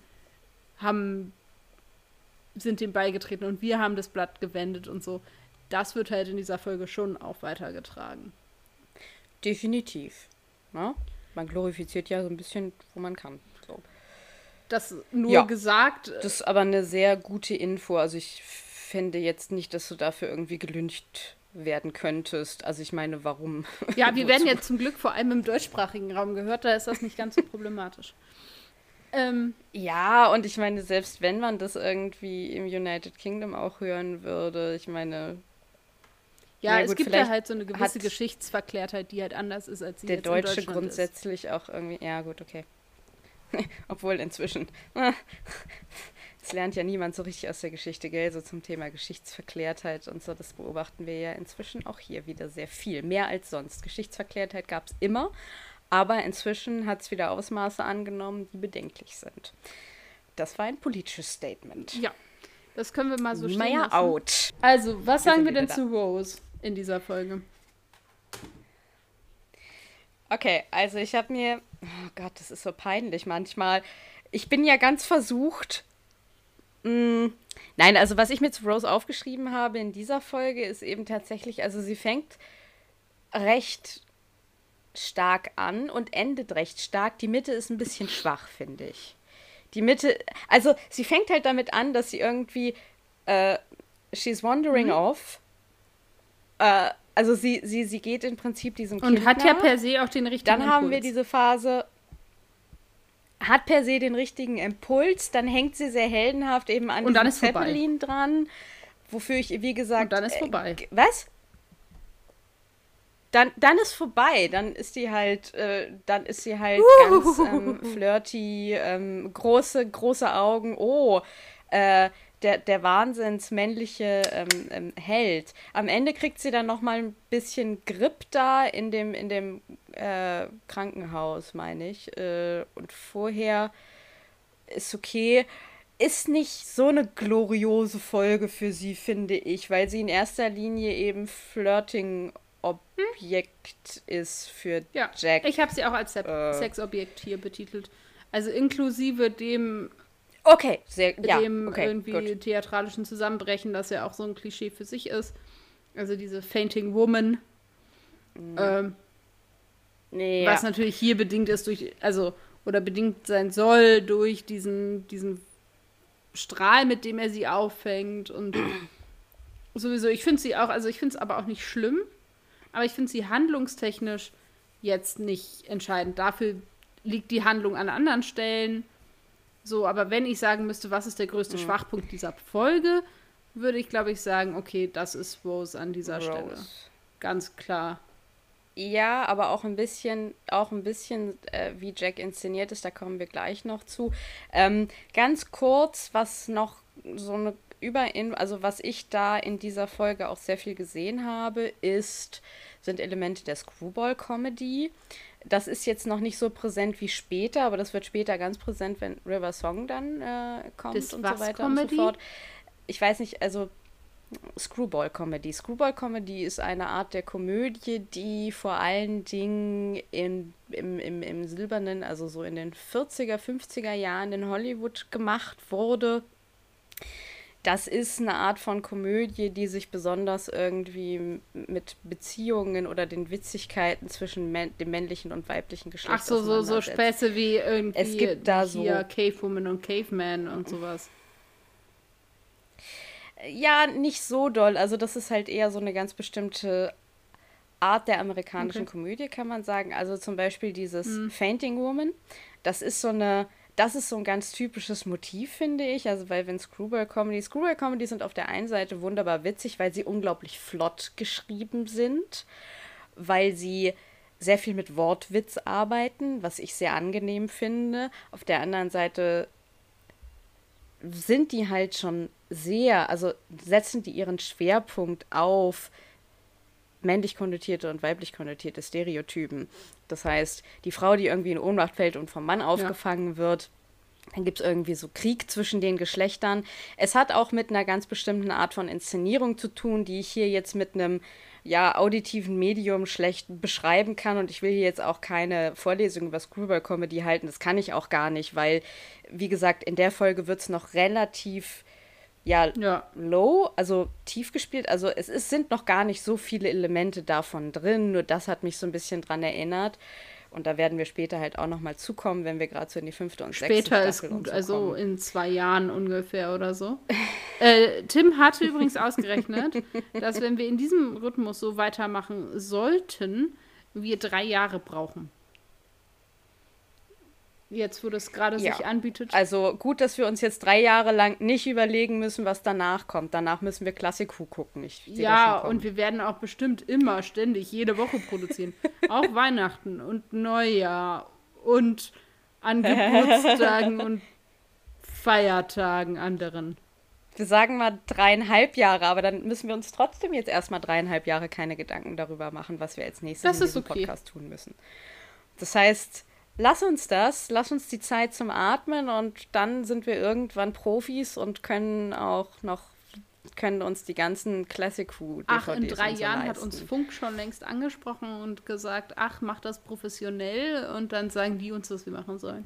sind dem beigetreten und wir haben das Blatt gewendet und so. Das wird halt in dieser Folge schon auch weitergetragen.
Definitiv. Ja? Man glorifiziert ja so ein bisschen, wo man kann. So.
Das nur gesagt.
Das ist aber eine sehr gute Info. Also ich finde jetzt nicht, dass du dafür irgendwie gelyncht werden könntest. Also ich meine, warum?
Ja, wir werden jetzt zum Glück vor allem im deutschsprachigen Raum gehört, da ist das nicht ganz so problematisch.
Ja, und ich meine, selbst wenn man das irgendwie im United Kingdom auch hören würde, ich meine...
Ja, es gibt ja halt so eine gewisse Geschichtsverklärtheit, die halt anders ist, als sie
der
jetzt in
Deutsche
Deutschland
grundsätzlich ist. Auch irgendwie... Ja, gut, okay. Obwohl inzwischen... Es lernt ja niemand so richtig aus der Geschichte, gell? So zum Thema Geschichtsverklärtheit und so. Das beobachten wir ja inzwischen auch hier wieder sehr viel. Mehr als sonst. Geschichtsverklärtheit gab es immer. Aber inzwischen hat es wieder Ausmaße angenommen, die bedenklich sind. Das war ein politisches Statement.
Ja, das können wir mal so stehen
lassen. Out.
Also, was sagen wir denn zu Rose in dieser Folge?
Okay, also ich habe mir... Oh Gott, das ist so peinlich manchmal. Ich bin ja ganz versucht... Nein, also was ich mir zu Rose aufgeschrieben habe in dieser Folge ist eben tatsächlich... Also sie fängt recht stark an und endet recht stark. Die Mitte ist ein bisschen schwach, finde ich. die Mitte, also sie fängt halt damit an, dass sie irgendwie she's wandering off. Also sie geht im Prinzip diesem Kind
und hat
nach.
ja per se auch den richtigen
Dann haben wir diese Phase, hat per se den richtigen Impuls, dann hängt sie sehr heldenhaft eben an diesem Zeppelin dran, wofür ich, wie gesagt...
Und dann ist vorbei.
Was? Dann ist vorbei, dann ist sie halt ganz flirty, große Augen, der wahnsinnsmännliche Held. Am Ende kriegt sie dann noch mal ein bisschen Grip da in dem Krankenhaus, meine ich. Und vorher ist okay. Ist nicht so eine gloriose Folge für sie, finde ich, weil sie in erster Linie eben Flirting-Objekt ist für Jack.
Ich habe sie auch als Sexobjekt hier betitelt. Also inklusive dem theatralischen Zusammenbrechen, das ja auch so ein Klischee für sich ist. Also diese Fainting Woman. Was natürlich hier bedingt ist bedingt sein soll durch diesen Strahl, mit dem er sie auffängt. Und sowieso, ich finde es aber auch nicht schlimm, aber ich finde sie handlungstechnisch jetzt nicht entscheidend. Dafür liegt die Handlung an anderen Stellen. So, aber wenn ich sagen müsste, was ist der größte Schwachpunkt dieser Folge, würde ich, glaube ich, sagen, okay, das ist Rose an dieser Stelle. Ganz klar.
Ja, aber auch ein bisschen, wie Jack inszeniert ist, da kommen wir gleich noch zu. Ganz kurz, was noch so eine was ich da in dieser Folge auch sehr viel gesehen habe, sind Elemente der Screwball-Comedy. Das ist jetzt noch nicht so präsent wie später, aber das wird später ganz präsent, wenn River Song dann kommt und so weiter und so fort. Ich weiß nicht, also Screwball-Comedy. Screwball-Comedy ist eine Art der Komödie, die vor allen Dingen im silbernen, also so in den 40er, 50er Jahren in Hollywood gemacht wurde. Das ist eine Art von Komödie, die sich besonders irgendwie mit Beziehungen oder den Witzigkeiten zwischen dem männlichen und weiblichen Geschlecht auseinandersetzt.
So Späße wie irgendwie
es gibt da
hier Cavewoman und Caveman und sowas.
Ja, nicht so doll. Also das ist halt eher so eine ganz bestimmte Art der amerikanischen Komödie, kann man sagen. Also zum Beispiel dieses Fainting Woman. Das ist so ein ganz typisches Motiv, finde ich. Also weil wenn Screwball-Comedy sind auf der einen Seite wunderbar witzig, weil sie unglaublich flott geschrieben sind, weil sie sehr viel mit Wortwitz arbeiten, was ich sehr angenehm finde. Auf der anderen Seite sind die halt schon setzen die ihren Schwerpunkt auf männlich konnotierte und weiblich konnotierte Stereotypen. Das heißt, die Frau, die irgendwie in Ohnmacht fällt und vom Mann aufgefangen wird, dann gibt es irgendwie so Krieg zwischen den Geschlechtern. Es hat auch mit einer ganz bestimmten Art von Inszenierung zu tun, die ich hier jetzt mit einem auditiven Medium schlecht beschreiben kann. Und ich will hier jetzt auch keine Vorlesung über Screwball-Comedy halten. Das kann ich auch gar nicht, weil, wie gesagt, in der Folge wird es noch relativ low, also tief gespielt. Also sind noch gar nicht so viele Elemente davon drin. Nur das hat mich so ein bisschen dran erinnert. Und da werden wir später halt auch noch mal zukommen, wenn wir gerade so in die 5. und 6. Staffel
später ist gut, so also kommen. In 2 Jahren ungefähr oder so. Tim hatte übrigens ausgerechnet, dass wenn wir in diesem Rhythmus so weitermachen sollten, wir 3 Jahre brauchen. Jetzt, wo das gerade sich anbietet.
Also gut, dass wir uns jetzt 3 Jahre lang nicht überlegen müssen, was danach kommt. Danach müssen wir Classic Who gucken.
Und wir werden auch bestimmt immer, ständig, jede Woche produzieren. Auch Weihnachten und Neujahr und an Geburtstagen und Feiertagen anderen.
Wir sagen mal 3,5 Jahre, aber dann müssen wir uns trotzdem jetzt erstmal 3,5 Jahre keine Gedanken darüber machen, was wir als nächstes in diesem Podcast tun müssen. Das heißt, lass uns die Zeit zum Atmen und dann sind wir irgendwann Profis und können uns die ganzen Classic Who DVDs
in 3 Jahren
leisten.
Hat uns Funk schon längst angesprochen und gesagt, mach das professionell und dann sagen die uns, was wir machen sollen.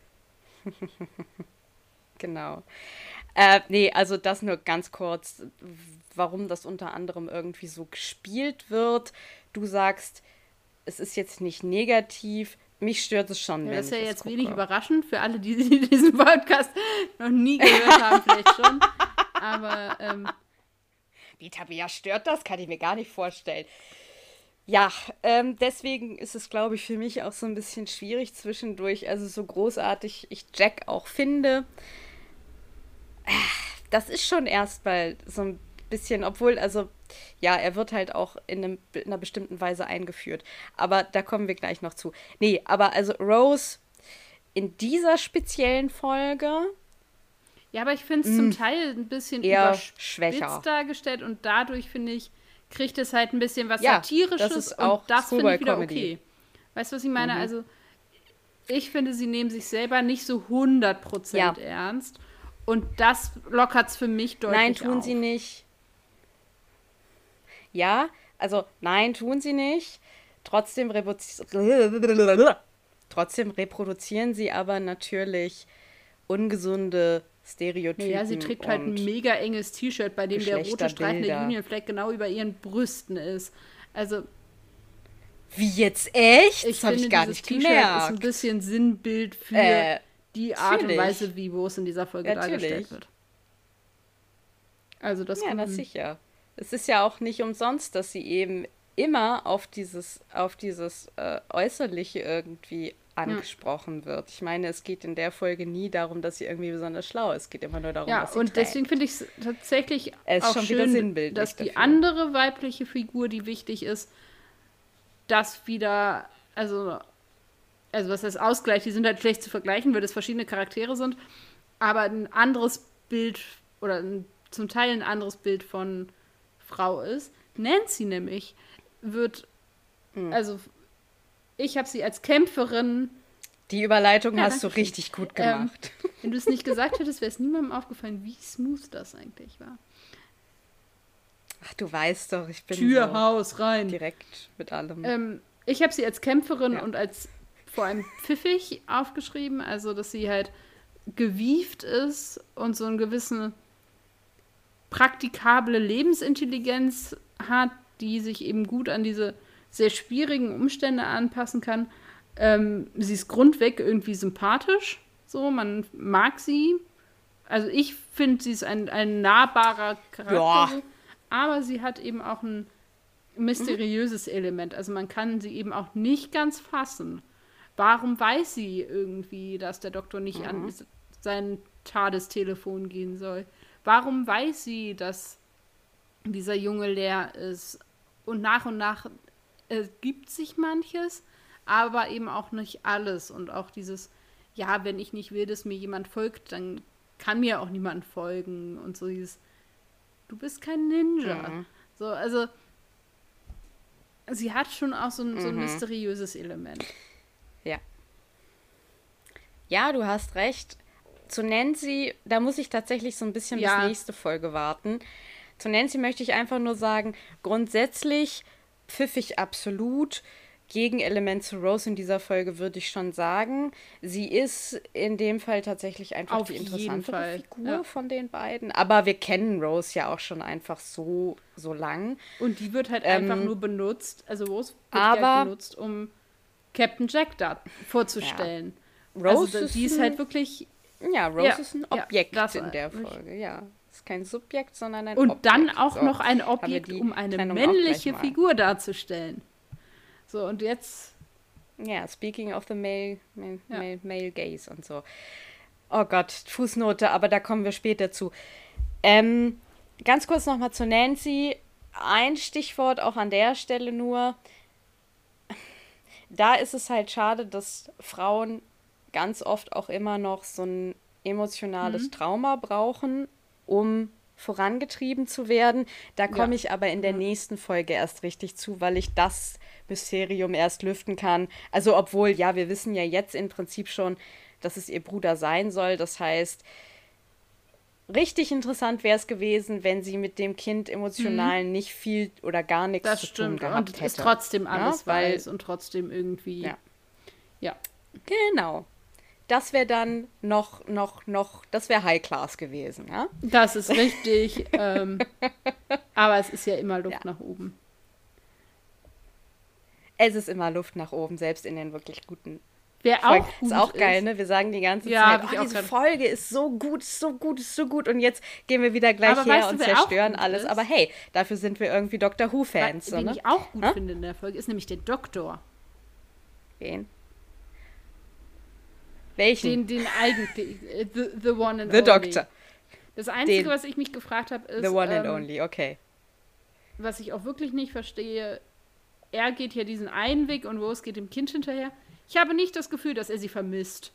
Genau. Also das nur ganz kurz, warum das unter anderem irgendwie so gespielt wird. Du sagst, es ist jetzt nicht negativ. mich stört es schon, wenn
das ist ja
ich
jetzt
gucke.
wenig überraschend für alle, die diesen Podcast noch nie gehört haben, vielleicht schon. Aber
Wie Tabea stört das? Kann ich mir gar nicht vorstellen. Ja, deswegen ist es, glaube ich, für mich auch so ein bisschen schwierig zwischendurch. Also so großartig ich Jack auch finde, das ist schon erstmal so ein bisschen, obwohl, also ja, er wird halt auch in einer bestimmten Weise eingeführt. Aber da kommen wir gleich noch zu. Nee, aber also Rose in dieser speziellen Folge
ja, aber ich finde es zum Teil ein bisschen
eher
überspitzt
schwächer.
dargestellt und dadurch, finde ich, kriegt es halt ein bisschen was
Ja,
Satirisches
das ist
und
auch
das finde ich wieder
Screwball-Comedy.
okay. Weißt du, was ich meine? Also, ich finde, sie nehmen sich selber nicht so 100%
Ja.
ernst und das lockert es für mich deutlich
Nein, tun
auf.
sie nicht. Ja, also nein, tun sie nicht. Trotzdem reproduzieren sie aber natürlich ungesunde Stereotypen.
Ja, sie trägt halt ein
und
mega enges T-Shirt, bei dem der rote Streifen der
Geschlechterbilder.
Union Flag genau über ihren Brüsten ist. Also,
Wie jetzt echt?
ich
Das habe
finde,
ich gar
dieses
nicht
T-Shirt ist ein
gemerkt.
bisschen Sinnbild für die Art und
natürlich.
Weise, wie wo es in dieser Folge
Natürlich.
dargestellt wird. Also das
Ja,
kommt-
na sicher. Es ist ja auch nicht umsonst, dass sie eben immer auf dieses Äußerliche irgendwie angesprochen wird. Ich meine, es geht in der Folge nie darum, dass sie irgendwie besonders schlau ist. Es geht immer nur darum,
Ja,
was sie
und
trägt.
deswegen finde ich es tatsächlich
Es ist
auch
schon wieder
schön,
sinnbildlich
dass die
dafür.
andere weibliche Figur, die wichtig ist, das wieder, also was heißt Ausgleich, die sind halt schlecht zu vergleichen, weil das verschiedene Charaktere sind, aber ein anderes Bild oder zum Teil ein anderes Bild von Frau ist. Nancy nämlich wird, also ich habe sie als Kämpferin,
Die Überleitung
Ja,
hast du
danke schön.
richtig gut gemacht.
wenn du es nicht gesagt hättest, wäre es niemandem aufgefallen, wie smooth das eigentlich war.
Ach, du weißt doch, ich bin
Tür,
so
Haus, rein.
direkt mit allem.
Ich habe sie als Kämpferin
Ja.
und als vor allem pfiffig aufgeschrieben, also dass sie halt gewieft ist und so einen gewissen praktikable Lebensintelligenz hat, die sich eben gut an diese sehr schwierigen Umstände anpassen kann. Sie ist grundweg irgendwie sympathisch, so, man mag sie. Also ich finde, sie ist ein nahbarer Charakter,
Ja.
so, aber sie hat eben auch ein mysteriöses Element. Also man kann sie eben auch nicht ganz fassen. Warum weiß sie irgendwie, dass der Doktor nicht an sein TARDIS-Telefon gehen soll? Warum weiß sie, dass dieser Junge leer ist? Und nach gibt sich manches, aber eben auch nicht alles. Und auch dieses, ja, wenn ich nicht will, dass mir jemand folgt, dann kann mir auch niemand folgen. Und so dieses, du bist kein Ninja. So, also sie hat schon auch so ein mysteriöses Element.
Ja, du hast recht. Zu Nancy, da muss ich tatsächlich so ein bisschen
Ja.
bis nächste Folge warten. Zu Nancy möchte ich einfach nur sagen, grundsätzlich pfiffig absolut. Gegenelement zu Rose in dieser Folge würde ich schon sagen. Sie ist in dem Fall tatsächlich einfach
Auf
die
jeden
interessantere
Fall,
Figur
ja.
von den beiden. Aber wir kennen Rose ja auch schon einfach so lang.
Und die wird halt einfach nur benutzt, also Rose wird
aber-
halt benutzt, um Captain Jack da vorzustellen.
Rose
Also die ist halt wirklich.
Ja, Rose
Ja,
ist ein
ja,
Objekt
das
in der
wirklich.
Folge, ja. Ist kein Subjekt, sondern ein
Und
Objekt.
dann auch
So,
noch ein
haben wir
Objekt,
die
um eine
Trennung auch gleich
männliche
mal.
Figur darzustellen. So, und jetzt.
Ja, speaking of the male
Ja.
gaze und so. Oh Gott, Fußnote, aber da kommen wir später zu. Ganz kurz nochmal zu Nancy. Ein Stichwort auch an der Stelle nur. Da ist es halt schade, dass Frauen ganz oft auch immer noch so ein emotionales Trauma brauchen, um vorangetrieben zu werden. Da komme
Ja.
ich aber in der nächsten Folge erst richtig zu, weil ich das Mysterium erst lüften kann. Also obwohl, ja, wir wissen ja jetzt im Prinzip schon, dass es ihr Bruder sein soll. Das heißt, richtig interessant wäre es gewesen, wenn sie mit dem Kind emotional nicht viel oder gar nichts
Das
zu tun
stimmt.
gehabt
Und
hätte.
ist trotzdem alles
weil-
weiß und trotzdem irgendwie.
Ja.
Ja.
Genau. Das wäre dann das wäre High Class gewesen, ja?
Das ist richtig. Aber es ist ja immer Luft
Ja.
nach oben.
Es ist immer Luft nach oben, selbst in den wirklich guten
Wer
Folgen.
auch gut
ist auch geil, ne? Wir sagen die ganze
Ja,
Zeit,
ich auch
diese
grad.
Folge ist so gut, so gut, so gut. Und jetzt gehen wir wieder gleich
Aber
her
weißt du,
und
wer auch
zerstören
gut
alles.
ist?
Aber hey, dafür sind wir irgendwie Doctor Who-Fans. So,
Wen
ne?
ich auch gut
Hä?
finde in der Folge, ist nämlich der Doktor.
Wen? Welchen?
Den eigentlich, the one and
The
only.
Doctor.
Das Einzige,
Den.
was ich mich gefragt habe, ist,
The one and only, okay.
was ich auch wirklich nicht verstehe, er geht ja diesen einen Weg und Rose geht dem Kind hinterher. Ich habe nicht das Gefühl, dass er sie vermisst.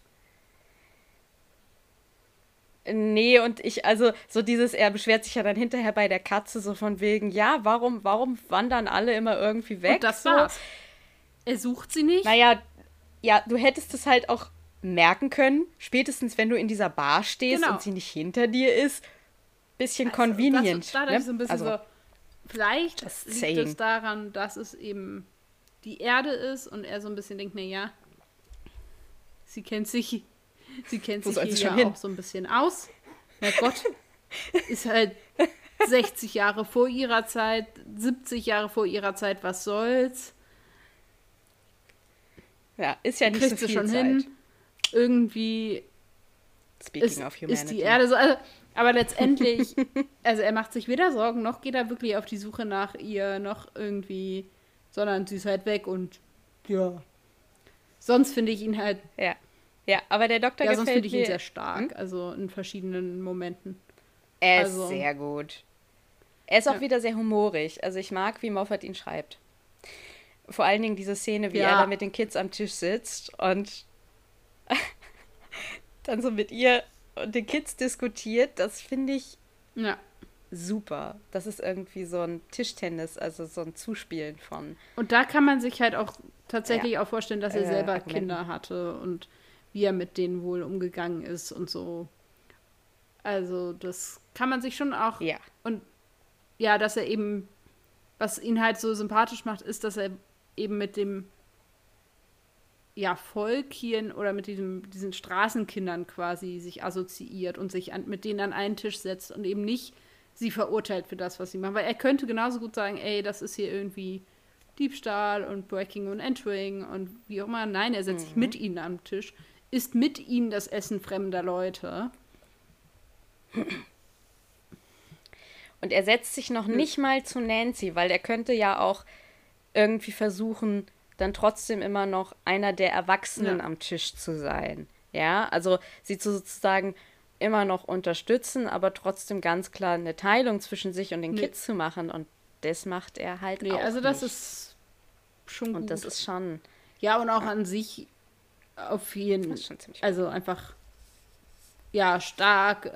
Nee, und also so dieses, er beschwert sich ja dann hinterher bei der Katze so von wegen, ja, warum wandern alle immer irgendwie weg?
Und das
so?
war's. Er sucht sie nicht.
Naja, ja, du hättest es halt auch merken können, spätestens wenn du in dieser Bar stehst
Genau.
und sie nicht hinter dir ist. Bisschen
Also,
convenient.
Da dachte ich so ein bisschen so, vielleicht
just
liegt
saying.
es daran, dass es eben die Erde ist und er so ein bisschen denkt, naja, sie kennt sich
Wo soll sie
hier
schon
ja
hin?
auch so ein bisschen aus. Na Gott, ist halt 60 Jahre vor ihrer Zeit, 70 Jahre vor ihrer Zeit, was soll's?
Ja, ist ja nicht so
Kriegt sie
viel
schon
Zeit.
hin. Irgendwie
Speaking of humanity.
ist die Erde so. Also, aber letztendlich, also er macht sich weder Sorgen, noch geht er wirklich auf die Suche nach ihr, noch irgendwie, sondern sie ist halt weg und ja. Sonst finde ich ihn halt,
Ja. Ja, aber der Doktor
ja, sonst
gefällt
finde ich ihn
mir.
sehr stark, also in verschiedenen Momenten.
Er ist
also-
sehr gut. Er ist auch
Ja.
wieder sehr humorig. Also ich mag, wie Moffat ihn schreibt. Vor allen Dingen diese Szene, wie
Ja.
er da mit den Kids am Tisch sitzt und dann so mit ihr und den Kids diskutiert. Das finde ich
Ja.
super. Das ist irgendwie so ein Tischtennis, also so ein Zuspielen von.
Und da kann man sich halt auch tatsächlich auch vorstellen, dass er selber
Argumenten.
Kinder hatte und wie er mit denen wohl umgegangen ist und so. Also das kann man sich schon auch.
Ja.
Und ja, dass er eben, was ihn halt so sympathisch macht, ist, dass er eben mit dem Volk hier oder mit diesen Straßenkindern quasi sich assoziiert und sich mit denen an einen Tisch setzt und eben nicht sie verurteilt für das, was sie machen. Weil er könnte genauso gut sagen, ey, das ist hier irgendwie Diebstahl und Breaking und Entering und wie auch immer. Nein, er setzt sich mit ihnen am Tisch, isst mit ihnen das Essen fremder Leute.
Und er setzt sich noch nicht mal zu Nancy, weil er könnte ja auch irgendwie versuchen, dann trotzdem immer noch einer der Erwachsenen am Tisch zu sein. Ja, also sie zu sozusagen immer noch unterstützen, aber trotzdem ganz klar eine Teilung zwischen sich und den Kids zu machen. Und das macht er halt auch
Also das
nicht.
ist schon gut.
Und das ist schon,
Ja, und auch an sich auf jeden
das ist schon ziemlich
also einfach, ja, stark.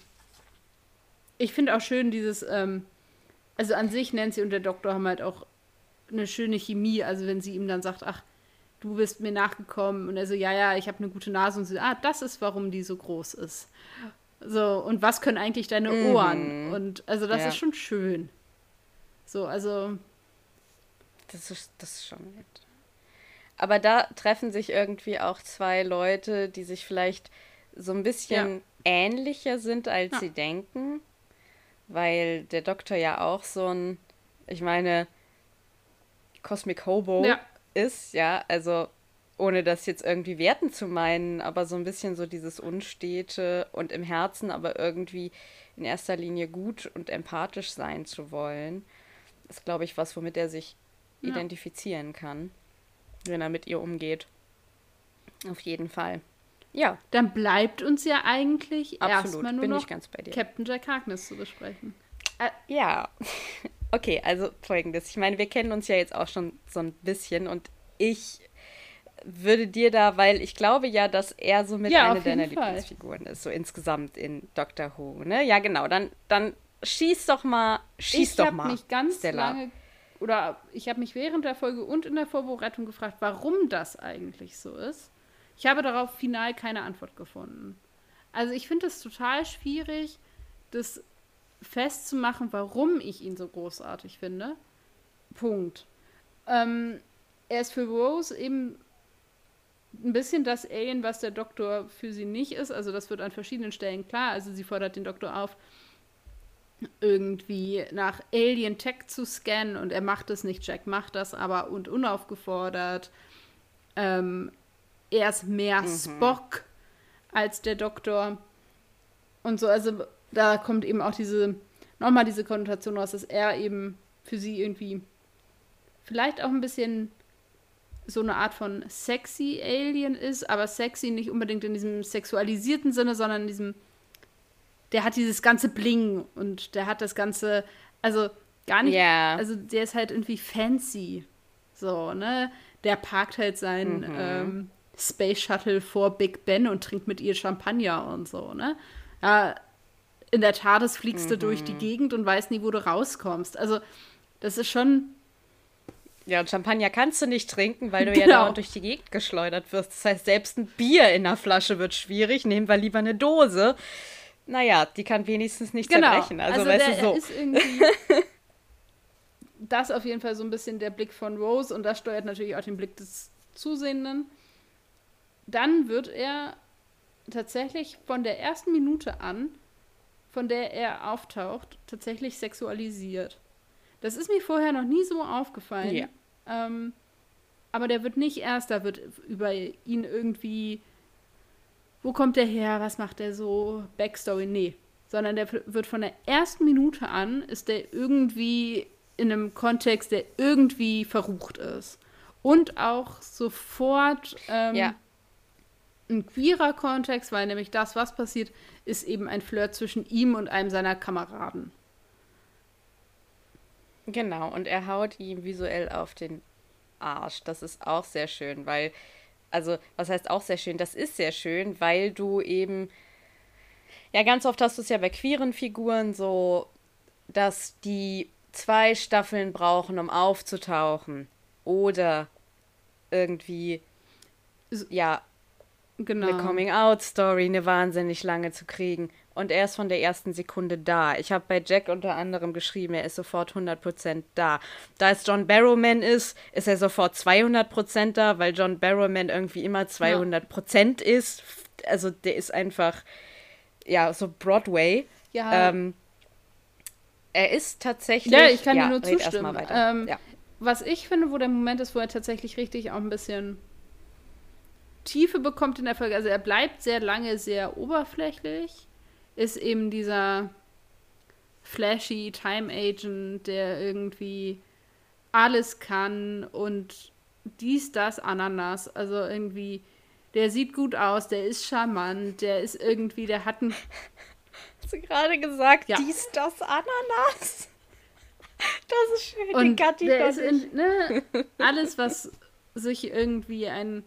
Ich finde auch schön dieses, also an sich, Nancy und der Doktor haben halt auch eine schöne Chemie. Also wenn sie ihm dann sagt, ach, du bist mir nachgekommen. Und er so, ja, ich habe eine gute Nase. Und sie, das ist, warum die so groß ist. So, und was können eigentlich deine Ohren? Und also das ist schon schön. So, also
das ist schon nett. Aber da treffen sich irgendwie auch zwei Leute, die sich vielleicht so ein bisschen ähnlicher sind, als sie denken. Weil der Doktor ja auch so ein, ich meine, Cosmic Hobo ist, ja, also ohne das jetzt irgendwie werten zu meinen, aber so ein bisschen so dieses Unstete und im Herzen aber irgendwie in erster Linie gut und empathisch sein zu wollen, ist, glaube ich, was, womit er sich identifizieren kann, wenn er mit ihr umgeht. Auf jeden Fall. Ja.
Dann bleibt uns ja eigentlich erstmal nur
bin
noch
ich ganz bei dir.
Captain Jack Harkness zu besprechen.
Ja. Okay, also Folgendes. Ich meine, wir kennen uns ja jetzt auch schon so ein bisschen und ich würde dir da, weil ich glaube ja, dass er so mit einer deiner Lieblingsfiguren ist, so insgesamt in Doctor Who, ne? Ja, genau. Dann schieß doch mal,
Ich habe mich ganz
Stella.
lange, oder ich habe mich während der Folge und in der Vorbereitung gefragt, warum das eigentlich so ist. Ich habe darauf final keine Antwort gefunden. Also ich finde es total schwierig, das festzumachen, warum ich ihn so großartig finde. Punkt. Er ist für Rose eben ein bisschen das Alien, was der Doktor für sie nicht ist. Also das wird an verschiedenen Stellen klar. Also sie fordert den Doktor auf, irgendwie nach Alien Tech zu scannen und er macht es nicht, Jack macht das aber und unaufgefordert. Er ist mehr Spock als der Doktor und so, also da kommt eben auch nochmal diese Konnotation raus, dass er eben für sie irgendwie vielleicht auch ein bisschen so eine Art von sexy Alien ist, aber sexy nicht unbedingt in diesem sexualisierten Sinne, sondern in diesem, der hat dieses ganze Bling und der hat das ganze, also gar nicht, also der ist halt irgendwie fancy, so, ne? Der parkt halt seinen Space Shuttle vor Big Ben und trinkt mit ihr Champagner und so, ne? Ja, in der TARDIS fliegst du durch die Gegend und weißt nie, wo du rauskommst. Also, das ist schon.
Ja, und Champagner kannst du nicht trinken, weil du ja dauernd durch die Gegend geschleudert wirst. Das heißt, selbst ein Bier in der Flasche wird schwierig. Nehmen wir lieber eine Dose. Naja, die kann wenigstens nicht zerbrechen. Also weißt du, so.
Ist irgendwie das auf jeden Fall so ein bisschen der Blick von Rose und das steuert natürlich auch den Blick des Zusehenden. Dann wird er tatsächlich von der ersten Minute an, von der er auftaucht, tatsächlich sexualisiert. Das ist mir vorher noch nie so aufgefallen.
Ja.
Aber der wird nicht erst, da wird über ihn irgendwie, wo kommt der her, was macht der so, Backstory, nee. Sondern der wird von der ersten Minute an, ist der irgendwie in einem Kontext, der irgendwie verrucht ist. Und auch sofort ein queerer Kontext, weil nämlich das, was passiert, ist eben ein Flirt zwischen ihm und einem seiner Kameraden.
Genau, und er haut ihm visuell auf den Arsch. Das ist auch sehr schön, weil, also, was heißt auch sehr schön? Das ist sehr schön, weil du eben, ja, ganz oft hast du es ja bei queeren Figuren so, dass die 2 Staffeln brauchen, um aufzutauchen. Oder irgendwie, ja,
genau.
eine Coming-out-Story, eine wahnsinnig lange zu kriegen. Und er ist von der ersten Sekunde da. Ich habe bei Jack unter anderem geschrieben, er ist sofort 100% da. Da es John Barrowman ist er sofort 200% da, weil John Barrowman irgendwie immer 200% ist. Also der ist einfach, ja, so Broadway.
Ja.
Er ist tatsächlich...
Ja, ich kann dir nur zustimmen.
Ja.
Was ich finde, wo der Moment ist, wo er tatsächlich richtig auch ein bisschen Tiefe bekommt in der Folge, also er bleibt sehr lange sehr oberflächlich, ist eben dieser flashy Time Agent, der irgendwie alles kann und dies, das, Ananas. Also irgendwie, der sieht gut aus, der ist charmant, der ist irgendwie, der hat ein...
Hast du gerade gesagt,
ja.
Dies, das, Ananas? Das ist schön,
und
den Gatti
der ist alles, was sich irgendwie ein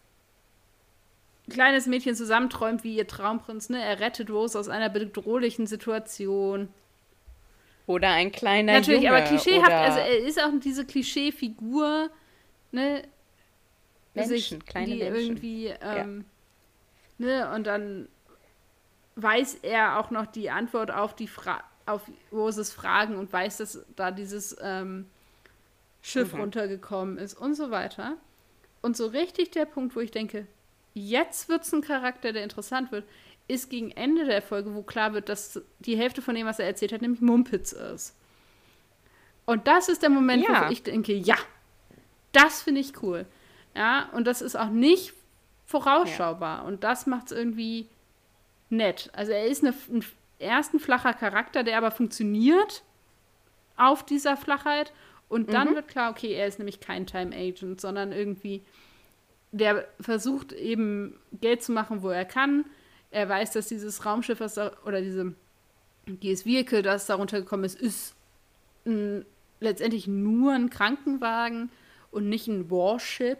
kleines Mädchen zusammenträumt wie ihr Traumprinz, ne? Er rettet Rose aus einer bedrohlichen Situation.
Oder ein kleiner
Natürlich,
Junge.
Aber klischeehaft, also er ist auch diese Klischee-Figur, ne?
Menschen, kleine
die
Menschen.
irgendwie, ne? Und dann weiß er auch noch die Antwort auf auf Roses Fragen und weiß, dass da dieses Schiff runtergekommen ist und so weiter. Und so richtig der Punkt, wo ich denke, jetzt wird es ein Charakter, der interessant wird, ist gegen Ende der Folge, wo klar wird, dass die Hälfte von dem, was er erzählt hat, nämlich Mumpitz ist. Und das ist der Moment, wo ich denke, ja, das finde ich cool. Ja, und das ist auch nicht vorausschaubar. Ja. Und das macht es irgendwie nett. Also er ist erst ein flacher Charakter, der aber funktioniert auf dieser Flachheit. Und dann wird klar, okay, er ist nämlich kein Time Agent, sondern irgendwie der versucht eben Geld zu machen, wo er kann. Er weiß, dass dieses Raumschiff, oder dieses Vehicle, das darunter gekommen ist letztendlich nur ein Krankenwagen und nicht ein Warship.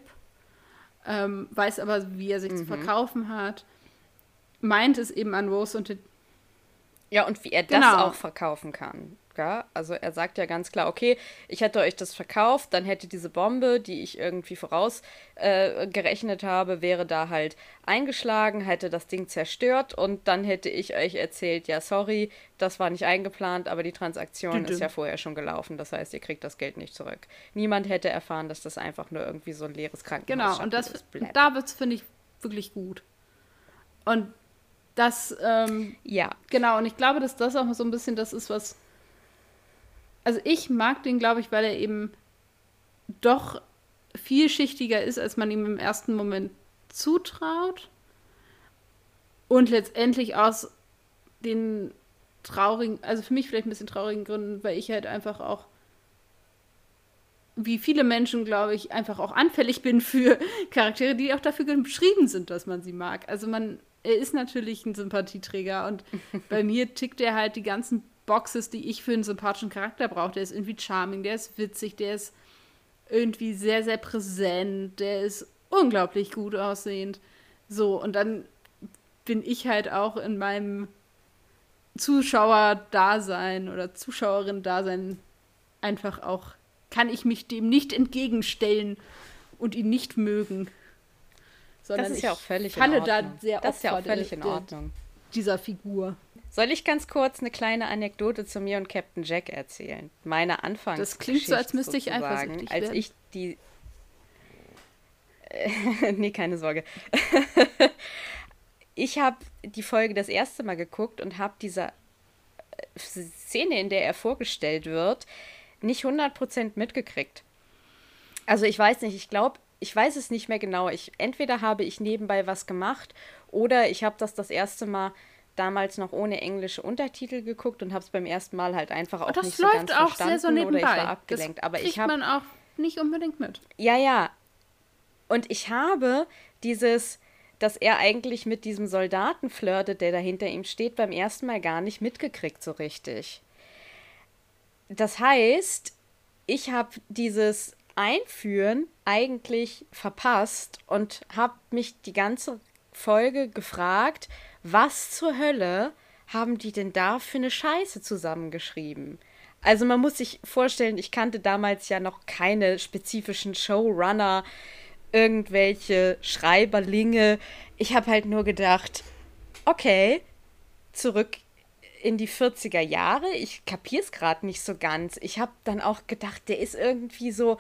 Weiß aber, wie er sich zu verkaufen hat. Meint es eben an Rose und
ja, und wie er das auch verkaufen kann. Ja? Also er sagt ja ganz klar, okay, ich hätte euch das verkauft, dann hätte diese Bombe, die ich irgendwie vorausgerechnet habe, wäre da halt eingeschlagen, hätte das Ding zerstört und dann hätte ich euch erzählt, ja, sorry, das war nicht eingeplant, aber die Transaktion ist ja vorher schon gelaufen, das heißt, ihr kriegt das Geld nicht zurück. Niemand hätte erfahren, dass das einfach nur irgendwie so ein leeres Krankenhaus ist.
Genau, und da wird es, finde ich, wirklich gut. Und Das,
ja.
Genau, und ich glaube, dass das auch so ein bisschen das ist, was. Also ich mag den, glaube ich, weil er eben doch vielschichtiger ist, als man ihm im ersten Moment zutraut. Und letztendlich aus den traurigen, also für mich vielleicht ein bisschen traurigen Gründen, weil ich halt einfach auch, wie viele Menschen, glaube ich, einfach auch anfällig bin für Charaktere, die auch dafür geschrieben sind, dass man sie mag. Also er ist natürlich ein Sympathieträger und bei mir tickt er halt die ganzen Boxes, die ich für einen sympathischen Charakter brauche. Der ist irgendwie charming, der ist witzig, der ist irgendwie sehr, sehr präsent, der ist unglaublich gut aussehend. So, und dann bin ich halt auch in meinem Zuschauer-Dasein oder Zuschauerin-Dasein einfach auch, kann ich mich dem nicht entgegenstellen und ihn nicht mögen. Sondern
das ist ja auch völlig
in Ordnung.
Da sehr das ist ja auch völlig in Ordnung.
Dieser Figur.
Soll ich ganz kurz eine kleine Anekdote zu mir und Captain Jack erzählen? Meine Anfangs.
Das klingt so, als müsste ich eifersüchtig werden.
Als ich die... nee, keine Sorge. Ich habe die Folge das erste Mal geguckt und habe diese Szene, in der er vorgestellt wird, nicht 100% mitgekriegt. Also ich weiß nicht, ich weiß es nicht mehr genau. Entweder habe ich nebenbei was gemacht oder ich habe das erste Mal damals noch ohne englische Untertitel geguckt und habe es beim ersten Mal halt einfach auch nicht so ganz verstanden. Das läuft auch sehr so nebenbei. Oder ich war abgelenkt.
Das kriegt man auch nicht unbedingt mit.
Ja. Und ich habe dass er eigentlich mit diesem Soldaten flirtet, der da hinter ihm steht, beim ersten Mal gar nicht mitgekriegt so richtig. Das heißt, ich habe dieses Einführen eigentlich verpasst und habe mich die ganze Folge gefragt, was zur Hölle haben die denn da für eine Scheiße zusammengeschrieben? Also man muss sich vorstellen, ich kannte damals ja noch keine spezifischen Showrunner, irgendwelche Schreiberlinge. Ich habe halt nur gedacht, okay, zurück in die 40er Jahre. Ich kapiere es gerade nicht so ganz. Ich habe dann auch gedacht, der ist irgendwie so,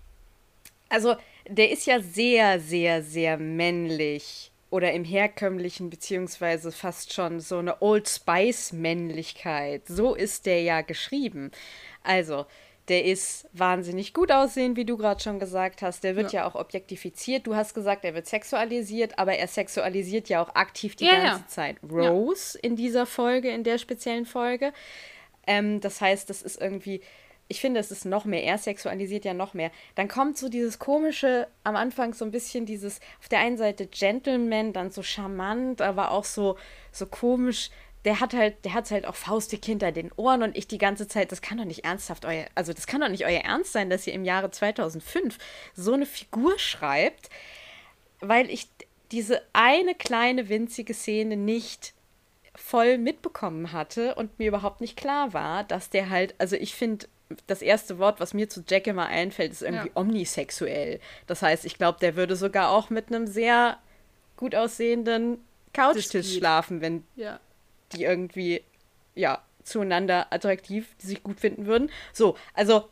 also der ist ja sehr, sehr, sehr männlich oder im herkömmlichen, beziehungsweise fast schon so eine Old Spice-Männlichkeit. So ist der ja geschrieben. Also, der ist wahnsinnig gut aussehen, wie du gerade schon gesagt hast. Der wird ja auch objektifiziert. Du hast gesagt, er wird sexualisiert, aber er sexualisiert ja auch aktiv die ganze Zeit Rose in dieser Folge, in der speziellen Folge. Das heißt, das ist irgendwie, ich finde, es ist noch mehr. Er sexualisiert ja noch mehr. Dann kommt so dieses komische, am Anfang so ein bisschen dieses, auf der einen Seite Gentleman, dann so charmant, aber auch so komisch. Der hat's halt auch faustig hinter den Ohren und ich die ganze Zeit, das kann doch nicht ernsthaft das kann doch nicht euer Ernst sein, dass ihr im Jahre 2005 so eine Figur schreibt, weil ich diese eine kleine winzige Szene nicht voll mitbekommen hatte und mir überhaupt nicht klar war, dass der halt, also ich finde, das erste Wort, was mir zu Jack immer einfällt, ist irgendwie omnisexuell. Das heißt, ich glaube, der würde sogar auch mit einem sehr gut aussehenden Couchtisch schlafen, wenn die irgendwie, zueinander attraktiv, die sich gut finden würden. So, also,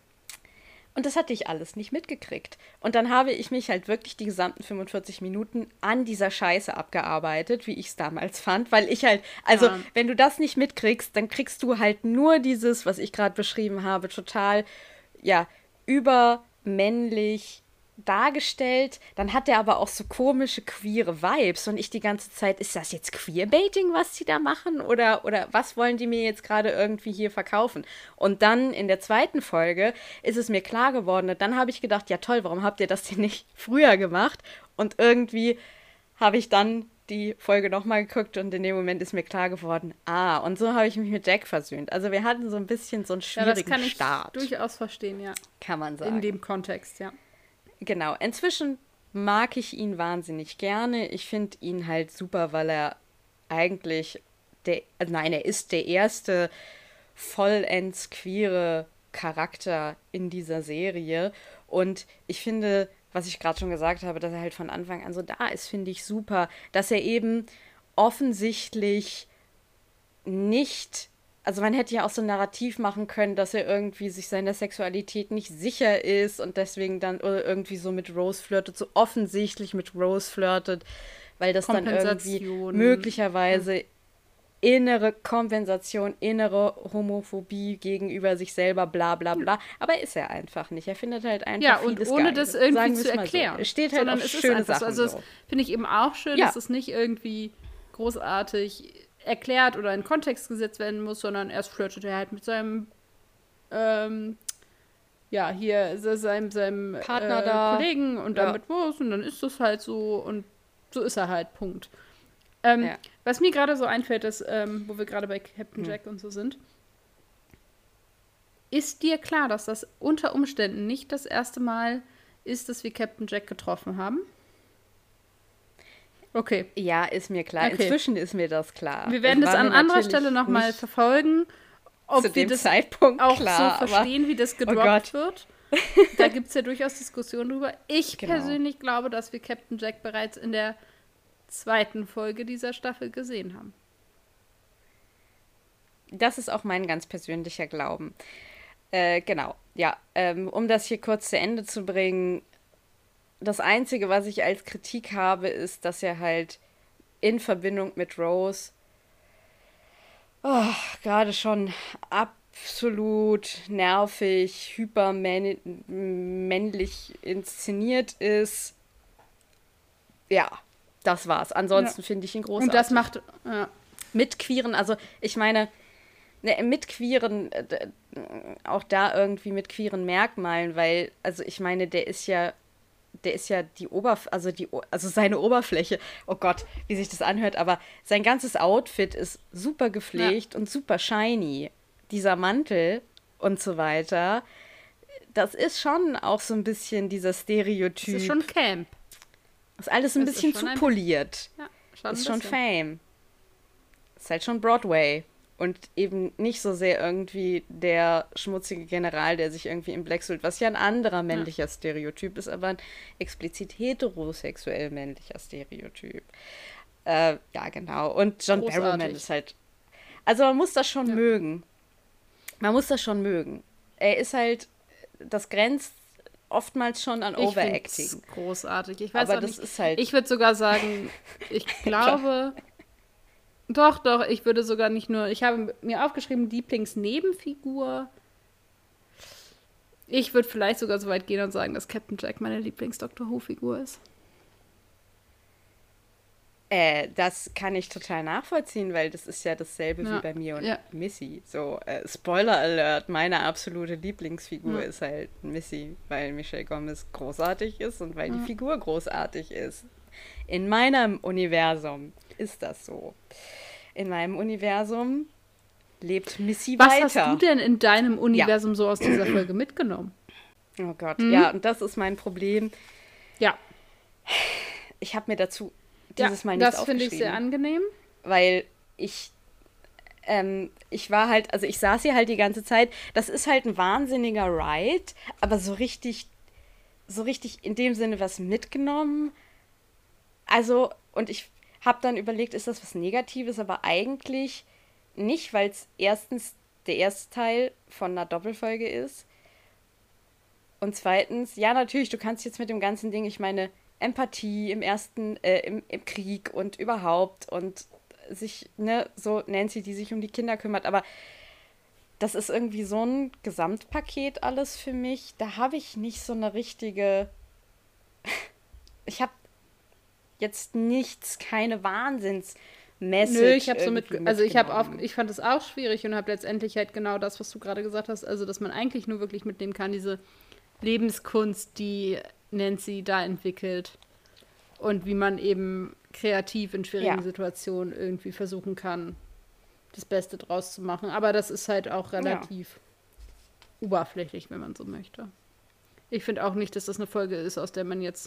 und das hatte ich alles nicht mitgekriegt. Und dann habe ich mich halt wirklich die gesamten 45 Minuten an dieser Scheiße abgearbeitet, wie ich es damals fand, weil ich halt, also, wenn du das nicht mitkriegst, dann kriegst du halt nur dieses, was ich gerade beschrieben habe, total, übermännlich dargestellt, dann hat er aber auch so komische queere Vibes und ich die ganze Zeit, ist das jetzt Queerbaiting, was die da machen oder was wollen die mir jetzt gerade irgendwie hier verkaufen? Und dann in der zweiten Folge ist es mir klar geworden und dann habe ich gedacht, ja toll, warum habt ihr das denn nicht früher gemacht? Und irgendwie habe ich dann die Folge nochmal geguckt und in dem Moment ist mir klar geworden, und so habe ich mich mit Jack versöhnt. Also wir hatten so ein bisschen so einen schwierigen Start.
Das kann ich durchaus verstehen, ja.
Kann man sagen.
In dem Kontext, ja.
Genau, inzwischen mag ich ihn wahnsinnig gerne. Ich finde ihn halt super, weil er eigentlich er ist der erste vollends queere Charakter in dieser Serie. Und ich finde, was ich gerade schon gesagt habe, dass er halt von Anfang an so da ist, finde ich super. Dass er eben offensichtlich nicht, also man hätte ja auch so ein Narrativ machen können, dass er irgendwie sich seiner Sexualität nicht sicher ist und deswegen dann irgendwie so mit Rose flirtet, so offensichtlich mit Rose flirtet, weil das dann irgendwie möglicherweise innere Kompensation, innere Homophobie gegenüber sich selber, bla bla bla. Aber ist er einfach nicht. Er findet halt einfach vieles
und ohne
geil.
das irgendwie zu erklären.
So. Es steht halt auf schöne Sachen.
Also das finde ich eben auch schön, dass es nicht irgendwie großartig erklärt oder in Kontext gesetzt werden muss, sondern erst flirtet er halt mit seinem seinem
Partner da.
Kollegen und damit was und dann ist das halt so und so ist er halt, Punkt. Was mir gerade so einfällt, ist, wo wir gerade bei Captain Jack und so sind, ist dir klar, dass das unter Umständen nicht das erste Mal ist, dass wir Captain Jack getroffen haben? Okay.
Ja, ist mir klar. Okay. Inzwischen ist mir das klar.
Wir werden das an anderer Stelle nochmal verfolgen, ob wir das
Zeitpunkt
auch so verstehen, wie das gedroppt wird. Da gibt es ja durchaus Diskussionen drüber. Ich persönlich glaube, dass wir Captain Jack bereits in der 2. Folge dieser Staffel gesehen haben.
Das ist auch mein ganz persönlicher Glauben. Genau, ja. Um das hier kurz zu Ende zu bringen, das Einzige, was ich als Kritik habe, ist, dass er halt in Verbindung mit Rose gerade schon absolut nervig, hypermännlich inszeniert ist. Ja, das war's. Ansonsten finde ich ihn großartig.
Und das macht
mit Queeren, also ich meine, mit Queeren, auch da irgendwie mit queeren Merkmalen, weil, also ich meine, der ist ja die also seine Oberfläche, oh Gott, wie sich das anhört, aber sein ganzes Outfit ist super gepflegt und super shiny. Dieser Mantel und so weiter, das ist schon auch so ein bisschen dieser Stereotyp.
Das ist schon Camp.
Ist alles ein bisschen zu poliert. Ja, ist schon Fame. Ist halt schon Broadway. Und eben nicht so sehr irgendwie der schmutzige General, der sich irgendwie im Black suit, was ja ein anderer männlicher Stereotyp ist, aber ein explizit heterosexuell männlicher Stereotyp. Ja, genau. Und John Barrowman ist halt... Also man muss das schon mögen. Man muss das schon mögen. Er ist halt... Das grenzt oftmals schon an Overacting.
Ich großartig. Ich weiß
aber
auch
das
nicht.
Ist halt...
Ich würde sogar sagen, ich glaube... Doch, ich würde sogar nicht nur... Ich habe mir aufgeschrieben, Lieblingsnebenfigur. Ich würde vielleicht sogar so weit gehen und sagen, dass Captain Jack meine Lieblings-Doctor Who-Figur ist.
Das kann ich total nachvollziehen, weil das ist ja dasselbe wie bei mir und Missy. So, Spoiler Alert, meine absolute Lieblingsfigur ist halt Missy, weil Michelle Gomez großartig ist und weil die Figur großartig ist. In meinem Universum ist das so. In meinem Universum lebt Missy weiter.
Was hast du denn in deinem Universum so aus dieser Folge mitgenommen?
Oh Gott, ja, und das ist mein Problem.
Ja.
Ich habe mir dazu dieses Mal nichts aufgeschrieben.
Das finde ich sehr angenehm.
Weil ich war halt, also ich saß hier halt die ganze Zeit, das ist halt ein wahnsinniger Ride, aber so richtig in dem Sinne was mitgenommen. Also, und ich habe dann überlegt, ist das was Negatives, aber eigentlich nicht, weil es erstens der erste Teil von einer Doppelfolge ist und zweitens, ja natürlich, du kannst jetzt mit dem ganzen Ding, ich meine, Empathie im Krieg und überhaupt und sich, so Nancy, die sich um die Kinder kümmert, aber das ist irgendwie so ein Gesamtpaket alles für mich, da habe ich nicht so eine richtige, ich habe jetzt keine Wahnsinns-Message.
Nö, ich habe so ich fand es auch schwierig und habe letztendlich halt genau das, was du gerade gesagt hast, also dass man eigentlich nur wirklich mitnehmen kann, diese Lebenskunst, die Nancy da entwickelt und wie man eben kreativ in schwierigen Situationen irgendwie versuchen kann, das Beste draus zu machen. Aber das ist halt auch relativ oberflächlich, wenn man so möchte. Ich finde auch nicht, dass das eine Folge ist, aus der man jetzt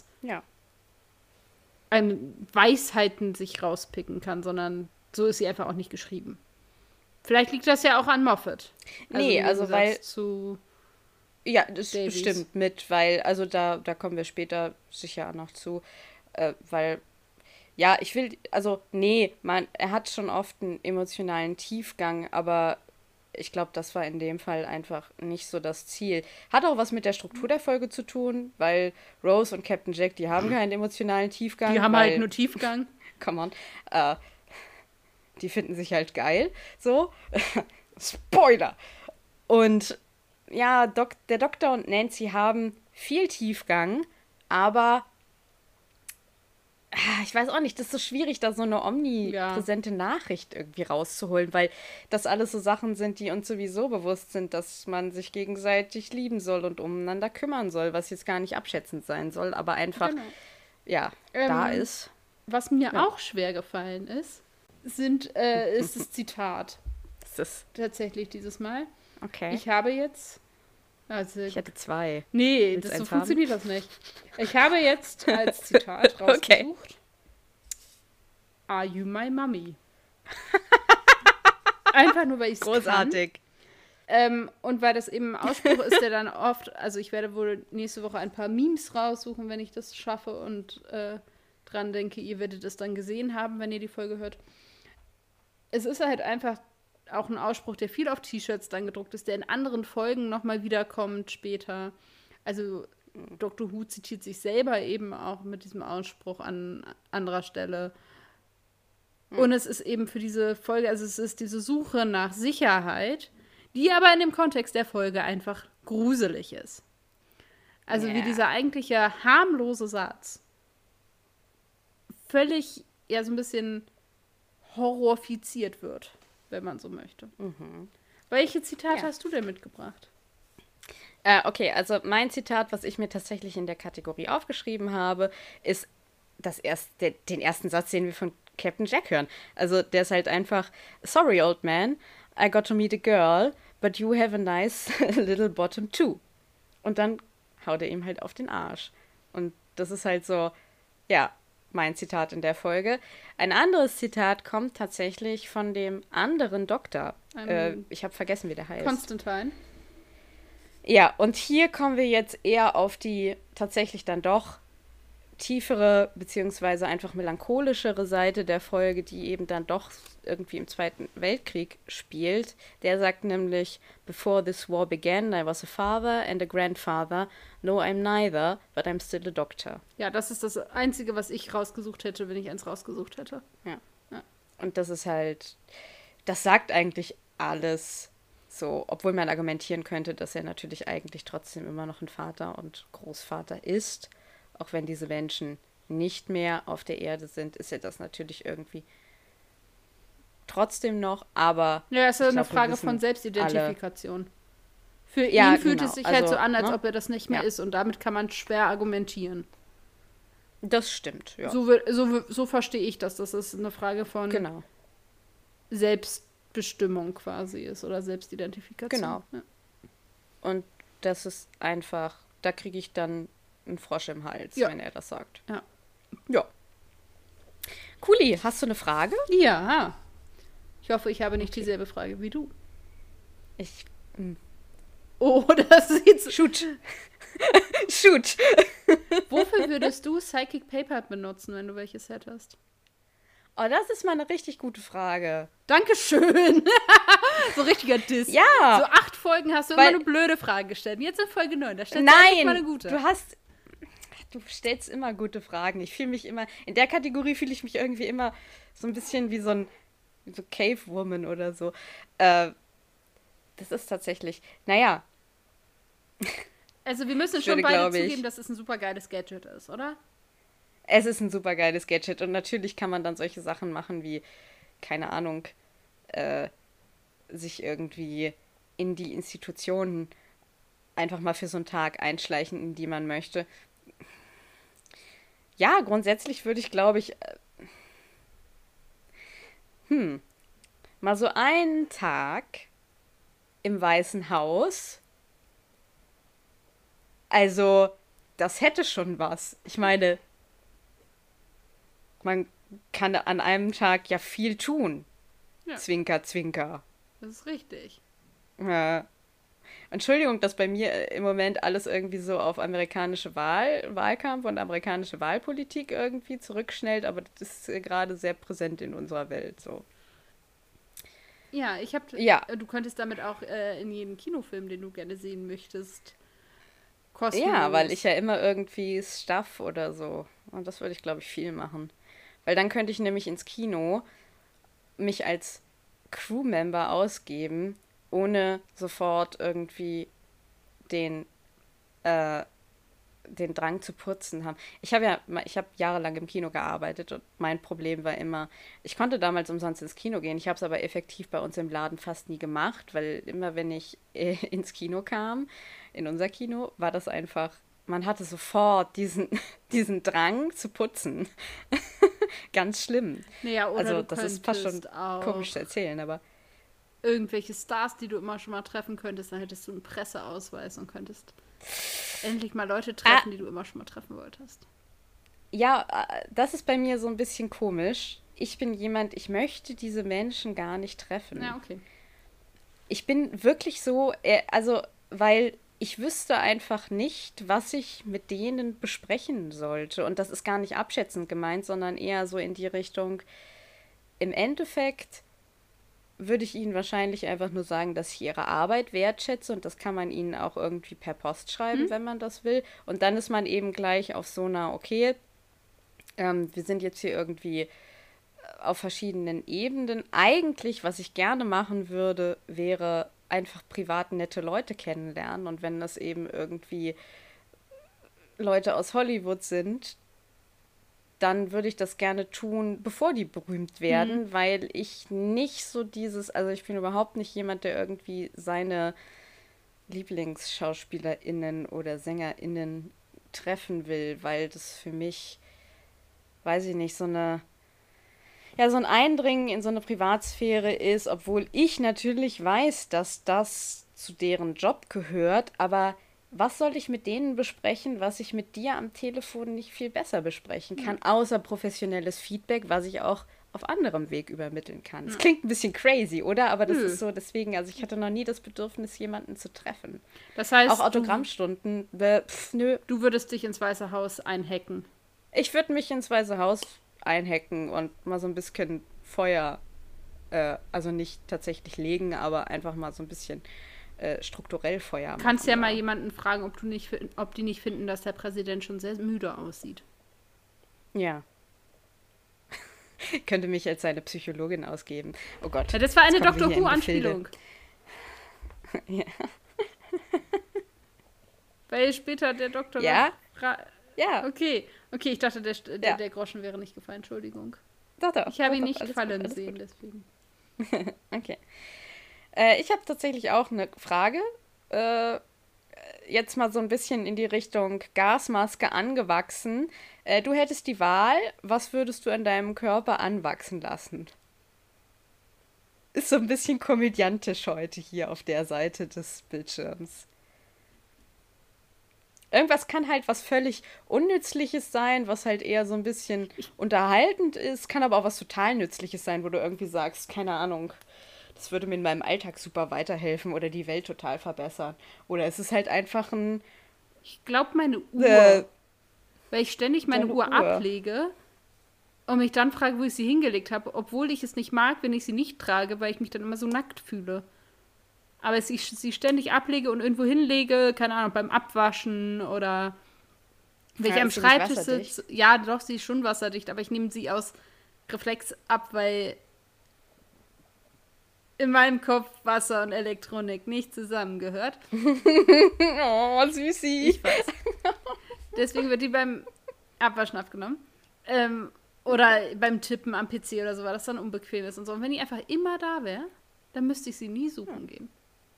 Weisheiten sich rauspicken kann, sondern so ist sie einfach auch nicht geschrieben. Vielleicht liegt das ja auch an Moffat.
Weil ja, das stimmt mit, weil, also da kommen wir später sicher noch zu, weil, ja, er hat schon oft einen emotionalen Tiefgang, aber ich glaube, das war in dem Fall einfach nicht so das Ziel. Hat auch was mit der Struktur der Folge zu tun, weil Rose und Captain Jack, die haben keinen emotionalen Tiefgang.
Die haben halt nur Tiefgang.
come on. Die finden sich halt geil. So. Spoiler! Und ja, der Doktor und Nancy haben viel Tiefgang, aber ich weiß auch nicht, das ist so schwierig, da so eine omnipräsente Nachricht irgendwie rauszuholen, weil das alles so Sachen sind, die uns sowieso bewusst sind, dass man sich gegenseitig lieben soll und umeinander kümmern soll, was jetzt gar nicht abschätzend sein soll, aber einfach, da ist.
Was mir auch schwer gefallen ist das Zitat.
Ist das
tatsächlich dieses Mal.
Okay.
Ich habe jetzt... Also,
ich hatte 2.
Nee, so funktioniert das nicht. Ich habe jetzt als Zitat rausgesucht.
Okay.
Are you my mommy? Einfach nur, weil ich es
großartig.
Und weil das eben ein Ausspruch ist, der dann oft... Also ich werde wohl nächste Woche ein paar Memes raussuchen, wenn ich das schaffe und dran denke, ihr werdet es dann gesehen haben, wenn ihr die Folge hört. Es ist halt einfach auch ein Ausspruch, der viel auf T-Shirts dann gedruckt ist, der in anderen Folgen nochmal wiederkommt später. Also Dr. Who zitiert sich selber eben auch mit diesem Ausspruch an anderer Stelle. Und es ist eben für diese Folge, also es ist diese Suche nach Sicherheit, die aber in dem Kontext der Folge einfach gruselig ist. Also wie dieser eigentliche harmlose Satz völlig, so ein bisschen horrorifiziert wird, wenn man so möchte. Welche Zitate hast du denn mitgebracht?
Okay, also mein Zitat, was ich mir tatsächlich in der Kategorie aufgeschrieben habe, ist den ersten Satz, den wir von Captain Jack hören. Also der ist halt einfach: Sorry, old man, I got to meet a girl, but you have a nice little bottom too. Und dann haut er ihm halt auf den Arsch. Und das ist halt so, mein Zitat in der Folge. Ein anderes Zitat kommt tatsächlich von dem anderen Doktor. Ich habe vergessen, wie der heißt.
Constantine.
Ja, und hier kommen wir jetzt eher auf die tatsächlich dann doch tiefere, beziehungsweise einfach melancholischere Seite der Folge, die eben dann doch irgendwie im Zweiten Weltkrieg spielt. Der sagt nämlich: Before this war began, I was a father and a grandfather. No, I'm neither, but I'm still a doctor.
Ja, das ist das Einzige, was ich rausgesucht hätte, wenn ich eins rausgesucht hätte.
Ja. Und das ist halt, das sagt eigentlich alles so, obwohl man argumentieren könnte, dass er natürlich eigentlich trotzdem immer noch ein Vater und Großvater ist. Auch wenn diese Menschen nicht mehr auf der Erde sind, ist er das natürlich irgendwie trotzdem noch, aber...
Ja, es ist eine Frage von Selbstidentifikation. Für ihn fühlt es sich halt so an, als ob er das nicht mehr ist, und damit kann man schwer argumentieren.
Das stimmt, ja.
So verstehe ich das, dass es eine Frage von Selbstbestimmung quasi ist oder Selbstidentifikation.
Genau. Ja. Und das ist einfach, da kriege ich dann einen Frosch im Hals, wenn er das sagt. Ja. Cooli, hast du eine Frage?
Ja. Ich hoffe, ich habe nicht dieselbe Frage wie du. Oh, das sieht so...
Shoot.
Wofür würdest du Psychic Paper benutzen, wenn du welches hättest?
Oh, das ist mal eine richtig gute Frage.
Dankeschön. So richtiger Diss.
Ja.
So 8 Folgen hast du immer eine blöde Frage gestellt. Jetzt in Folge 9, da stellst du mal eine gute.
Du stellst immer gute Fragen. Ich fühle mich immer, in der Kategorie fühle ich mich irgendwie immer so ein bisschen wie so Cave Woman oder so. Das ist tatsächlich,
Also wir müssen schon beide zugeben, dass es ein super geiles Gadget ist, oder?
Es ist ein super geiles Gadget und natürlich kann man dann solche Sachen machen wie, keine Ahnung, sich irgendwie in die Institutionen einfach mal für so einen Tag einschleichen, in die man möchte. Ja, grundsätzlich würde ich, glaube ich, mal so einen Tag im Weißen Haus. Also, das hätte schon was. Ich meine, man kann an einem Tag ja viel tun. Ja. Zwinker, zwinker.
Das ist richtig.
Ja. Entschuldigung, dass bei mir im Moment alles irgendwie so auf amerikanische Wahlkampf und amerikanische Wahlpolitik irgendwie zurückschnellt, aber das ist gerade sehr präsent in unserer Welt, so.
Ja, du könntest damit auch in jeden Kinofilm, den du gerne sehen möchtest, kostenlos.
Ja, weil ich ja immer irgendwie Stuff oder so, und das würde ich, glaube ich, viel machen. Weil dann könnte ich nämlich ins Kino mich als Crewmember ausgeben, ohne sofort irgendwie den, den Drang zu putzen haben. Ich habe jahrelang im Kino gearbeitet und mein Problem war immer, ich konnte damals umsonst ins Kino gehen, ich habe es aber effektiv bei uns im Laden fast nie gemacht, weil immer wenn ich ins Kino kam, in unser Kino, war das einfach, man hatte sofort diesen Drang zu putzen. Ganz schlimm.
Naja, oder
also
du
das ist fast schon
auch
komisch zu erzählen, aber
irgendwelche Stars, die du immer schon mal treffen könntest, dann hättest du einen Presseausweis und könntest endlich mal Leute treffen, die du immer schon mal treffen wolltest.
Ja, das ist bei mir so ein bisschen komisch. Ich bin jemand, ich möchte diese Menschen gar nicht treffen.
Ja, okay.
Ich bin wirklich so, also, weil ich wüsste einfach nicht, was ich mit denen besprechen sollte. Und das ist gar nicht abschätzend gemeint, sondern eher so in die Richtung, im Endeffekt würde ich ihnen wahrscheinlich einfach nur sagen, dass ich ihre Arbeit wertschätze und das kann man ihnen auch irgendwie per Post schreiben, wenn man das will. Und dann ist man eben gleich auf so einer, okay, wir sind jetzt hier irgendwie auf verschiedenen Ebenen. Eigentlich, was ich gerne machen würde, wäre einfach privat nette Leute kennenlernen. Und wenn das eben irgendwie Leute aus Hollywood sind, dann würde ich das gerne tun, bevor die berühmt werden, weil ich nicht so also ich bin überhaupt nicht jemand, der irgendwie seine LieblingsschauspielerInnen oder SängerInnen treffen will, weil das für mich, weiß ich nicht, so ein Eindringen in so eine Privatsphäre ist, obwohl ich natürlich weiß, dass das zu deren Job gehört, aber was soll ich mit denen besprechen, was ich mit dir am Telefon nicht viel besser besprechen kann, außer professionelles Feedback, was ich auch auf anderem Weg übermitteln kann. Das klingt ein bisschen crazy, oder? Aber das ist so, deswegen, also ich hatte noch nie das Bedürfnis, jemanden zu treffen.
Das heißt,
auch Autogrammstunden, nö.
Du würdest dich ins Weiße Haus einhacken.
Ich würde mich ins Weiße Haus einhacken und mal so ein bisschen Feuer, also nicht tatsächlich legen, aber einfach mal so ein bisschen strukturell Feuer machen.
Du kannst ja mal jemanden fragen, ob die nicht finden, dass der Präsident schon sehr müde aussieht.
Ja. Könnte mich als seine Psychologin ausgeben. Oh Gott.
Ja, das war eine Dr. Who-Anspielung.
Ja.
Weil später der Doktor...
Ja?
Ja. Okay, ich dachte, der Groschen wäre nicht gefallen. Entschuldigung.
Doch.
Ich habe ihn nicht fallen sehen, deswegen.
Okay. Ich habe tatsächlich auch eine Frage. Jetzt mal so ein bisschen in die Richtung Gasmaske angewachsen. Du hättest die Wahl, was würdest du an deinem Körper anwachsen lassen? Ist so ein bisschen komödiantisch heute hier auf der Seite des Bildschirms. Irgendwas kann halt was völlig Unnützliches sein, was halt eher so ein bisschen unterhaltend ist, kann aber auch was total Nützliches sein, wo du irgendwie sagst, keine Ahnung, das würde mir in meinem Alltag super weiterhelfen oder die Welt total verbessern. Oder es ist halt einfach ein...
Ich glaube, meine Uhr. Weil ich ständig meine Uhr ablege und mich dann frage, wo ich sie hingelegt habe, obwohl ich es nicht mag, wenn ich sie nicht trage, weil ich mich dann immer so nackt fühle. Aber ich sie ständig ablege und irgendwo hinlege, keine Ahnung, beim Abwaschen oder wenn ich am Schreibtisch sitze. Ja, doch, sie ist schon wasserdicht, aber ich nehme sie aus Reflex ab, weil in meinem Kopf Wasser und Elektronik nicht zusammengehört.
Oh, süßi.
Ich weiß. Deswegen wird die beim Abwaschen abgenommen. Oder beim Tippen am PC oder so, weil das dann unbequem ist und so. Und wenn die einfach immer da wäre, dann müsste ich sie nie suchen gehen.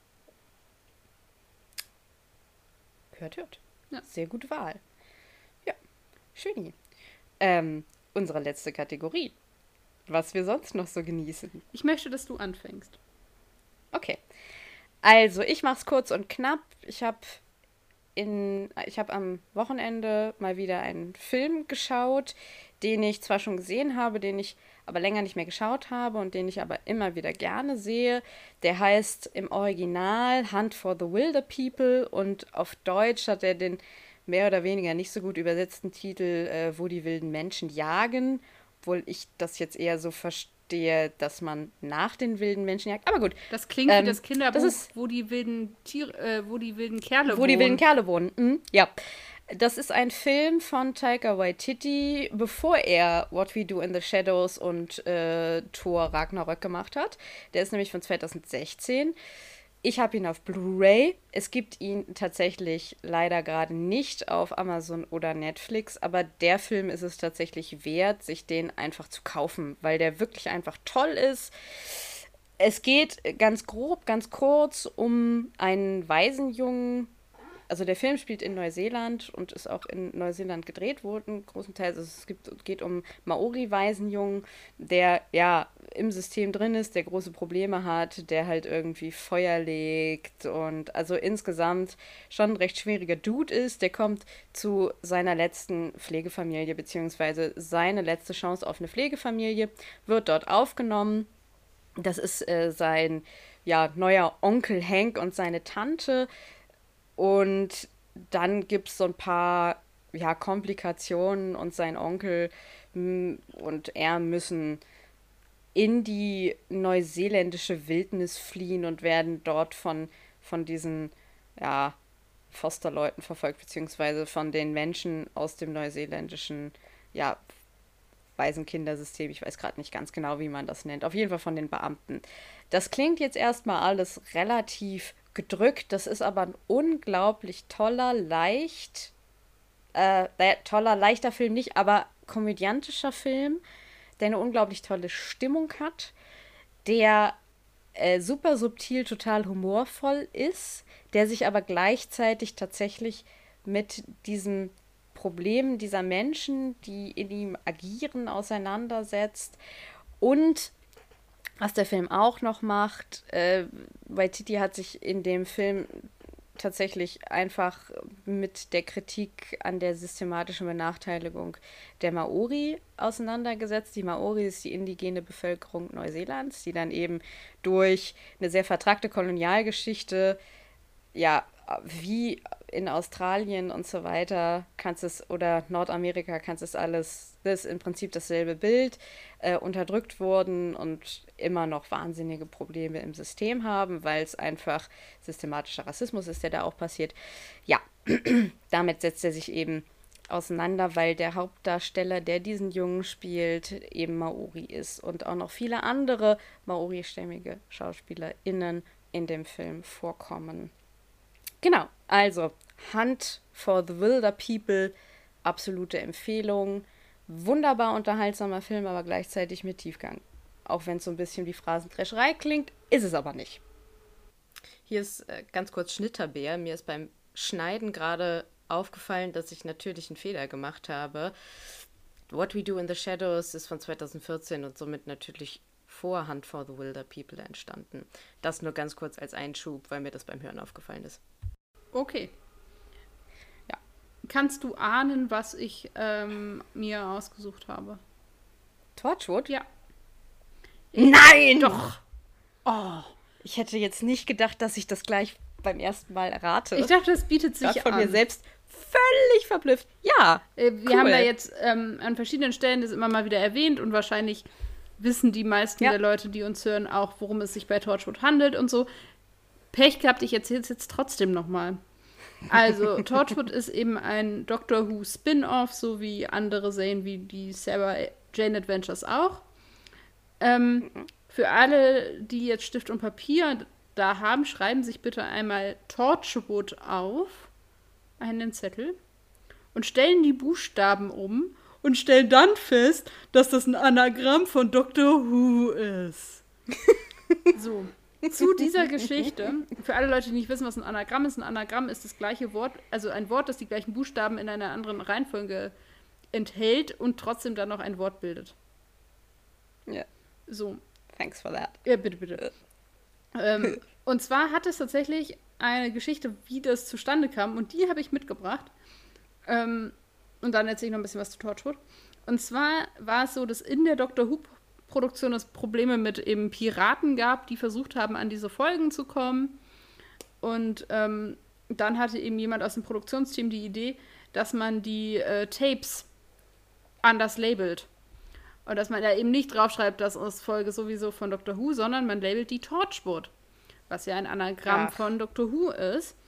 Hört.
Ja.
Sehr gute Wahl. Ja, schön. Unsere letzte Kategorie. Was wir sonst noch so genießen.
Ich möchte, dass du anfängst.
Okay. Also, ich mach's kurz und knapp. Ich habe am Wochenende mal wieder einen Film geschaut, den ich zwar schon gesehen habe, den ich aber länger nicht mehr geschaut habe und den ich aber immer wieder gerne sehe. Der heißt im Original Hunt for the Wilder People und auf Deutsch hat er den mehr oder weniger nicht so gut übersetzten Titel Wo die wilden Menschen jagen, obwohl ich das jetzt eher so verstehe, dass man nach den wilden Menschen jagt. Aber gut.
Das klingt wie das Kinderbuch, wo die wilden Kerle wohnen.
Wo die wilden Kerle wohnen, ja. Das ist ein Film von Taika Waititi, bevor er What We Do in the Shadows und Thor Ragnarök gemacht hat. Der ist nämlich von 2016. Ich habe ihn auf Blu-ray. Es gibt ihn tatsächlich leider gerade nicht auf Amazon oder Netflix, aber der Film ist es tatsächlich wert, sich den einfach zu kaufen, weil der wirklich einfach toll ist. Es geht ganz grob, ganz kurz um einen Waisenjungen. Also der Film spielt in Neuseeland und ist auch in Neuseeland gedreht worden, großenteils. Also geht um Maori-Waisenjungen, der ja im System drin ist, der große Probleme hat, der halt irgendwie Feuer legt und also insgesamt schon ein recht schwieriger Dude ist. Der kommt zu seiner letzten Pflegefamilie, beziehungsweise seine letzte Chance auf eine Pflegefamilie, wird dort aufgenommen. Das ist sein neuer Onkel Hank und seine Tante. Und dann gibt es so ein paar Komplikationen und sein Onkel und er müssen in die neuseeländische Wildnis fliehen und werden dort von diesen Fosterleuten verfolgt, beziehungsweise von den Menschen aus dem neuseeländischen Waisenkindersystem. Ich weiß gerade nicht ganz genau, wie man das nennt. Auf jeden Fall von den Beamten. Das klingt jetzt erstmal alles relativ gedrückt. Das ist aber ein unglaublich leichter Film nicht, aber komödiantischer Film, der eine unglaublich tolle Stimmung hat, der super subtil, total humorvoll ist, der sich aber gleichzeitig tatsächlich mit diesem Problem dieser Menschen, die in ihm agieren, auseinandersetzt. Und was der Film auch noch macht, Waititi hat sich in dem Film tatsächlich einfach mit der Kritik an der systematischen Benachteiligung der Maori auseinandergesetzt. Die Maori ist die indigene Bevölkerung Neuseelands, die dann eben durch eine sehr vertrackte Kolonialgeschichte, wie in Australien und so weiter, oder Nordamerika, das ist im Prinzip dasselbe Bild, unterdrückt wurden und immer noch wahnsinnige Probleme im System haben, weil es einfach systematischer Rassismus ist, der da auch passiert. Ja, damit setzt er sich eben auseinander, weil der Hauptdarsteller, der diesen Jungen spielt, eben Maori ist und auch noch viele andere maoristämmige SchauspielerInnen in dem Film vorkommen. Genau, also Hunt for the Wilder People, absolute Empfehlung. Wunderbar unterhaltsamer Film, aber gleichzeitig mit Tiefgang. Auch wenn es so ein bisschen wie Phrasendrescherei klingt, ist es aber nicht. Hier ist ganz kurz Schnitterbär. Mir ist beim Schneiden gerade aufgefallen, dass ich natürlich einen Fehler gemacht habe. What We Do in the Shadows ist von 2014 und somit natürlich vor Hunt for the Wilder People entstanden. Das nur ganz kurz als Einschub, weil mir das beim Hören aufgefallen ist.
Okay. Ja. Kannst du ahnen, was ich mir ausgesucht habe?
Torchwood?
Ja.
Nein!
Doch!
Oh, ich hätte jetzt nicht gedacht, dass ich das gleich beim ersten Mal errate.
Ich dachte, das bietet sich
an. Von mir selbst völlig verblüfft. Ja,
wir haben da jetzt an verschiedenen Stellen das immer mal wieder erwähnt und wahrscheinlich wissen die meisten der Leute, die uns hören, auch, worum es sich bei Torchwood handelt und so. Pech gehabt, ich erzähle es jetzt trotzdem nochmal. Also, Torchwood ist eben ein Doctor Who Spin-Off, so wie andere Serien wie die Sarah Jane Adventures auch. Für alle, die jetzt Stift und Papier da haben, schreiben sich bitte einmal Torchwood auf, einen Zettel, und stellen die Buchstaben um und stellen dann fest, dass das ein Anagramm von Doctor Who ist. So. Zu dieser Geschichte, für alle Leute, die nicht wissen, was ein Anagramm ist das gleiche Wort, also ein Wort, das die gleichen Buchstaben in einer anderen Reihenfolge enthält und trotzdem dann noch ein Wort bildet.
Ja.
So.
Thanks for that.
Ja, bitte. Und zwar hat es tatsächlich eine Geschichte, wie das zustande kam, und die habe ich mitgebracht. Und dann erzähle ich noch ein bisschen was zu Torchwood. Und zwar war es so, dass in der Doctor Who-Produktion es Probleme mit eben Piraten gab, die versucht haben, an diese Folgen zu kommen. Und dann hatte eben jemand aus dem Produktionsteam die Idee, dass man die Tapes anders labelt. Und dass man da eben nicht draufschreibt, das ist Folge sowieso von Doctor Who, sondern man labelt die Torchwood, was ja ein Anagramm von Doctor Who ist.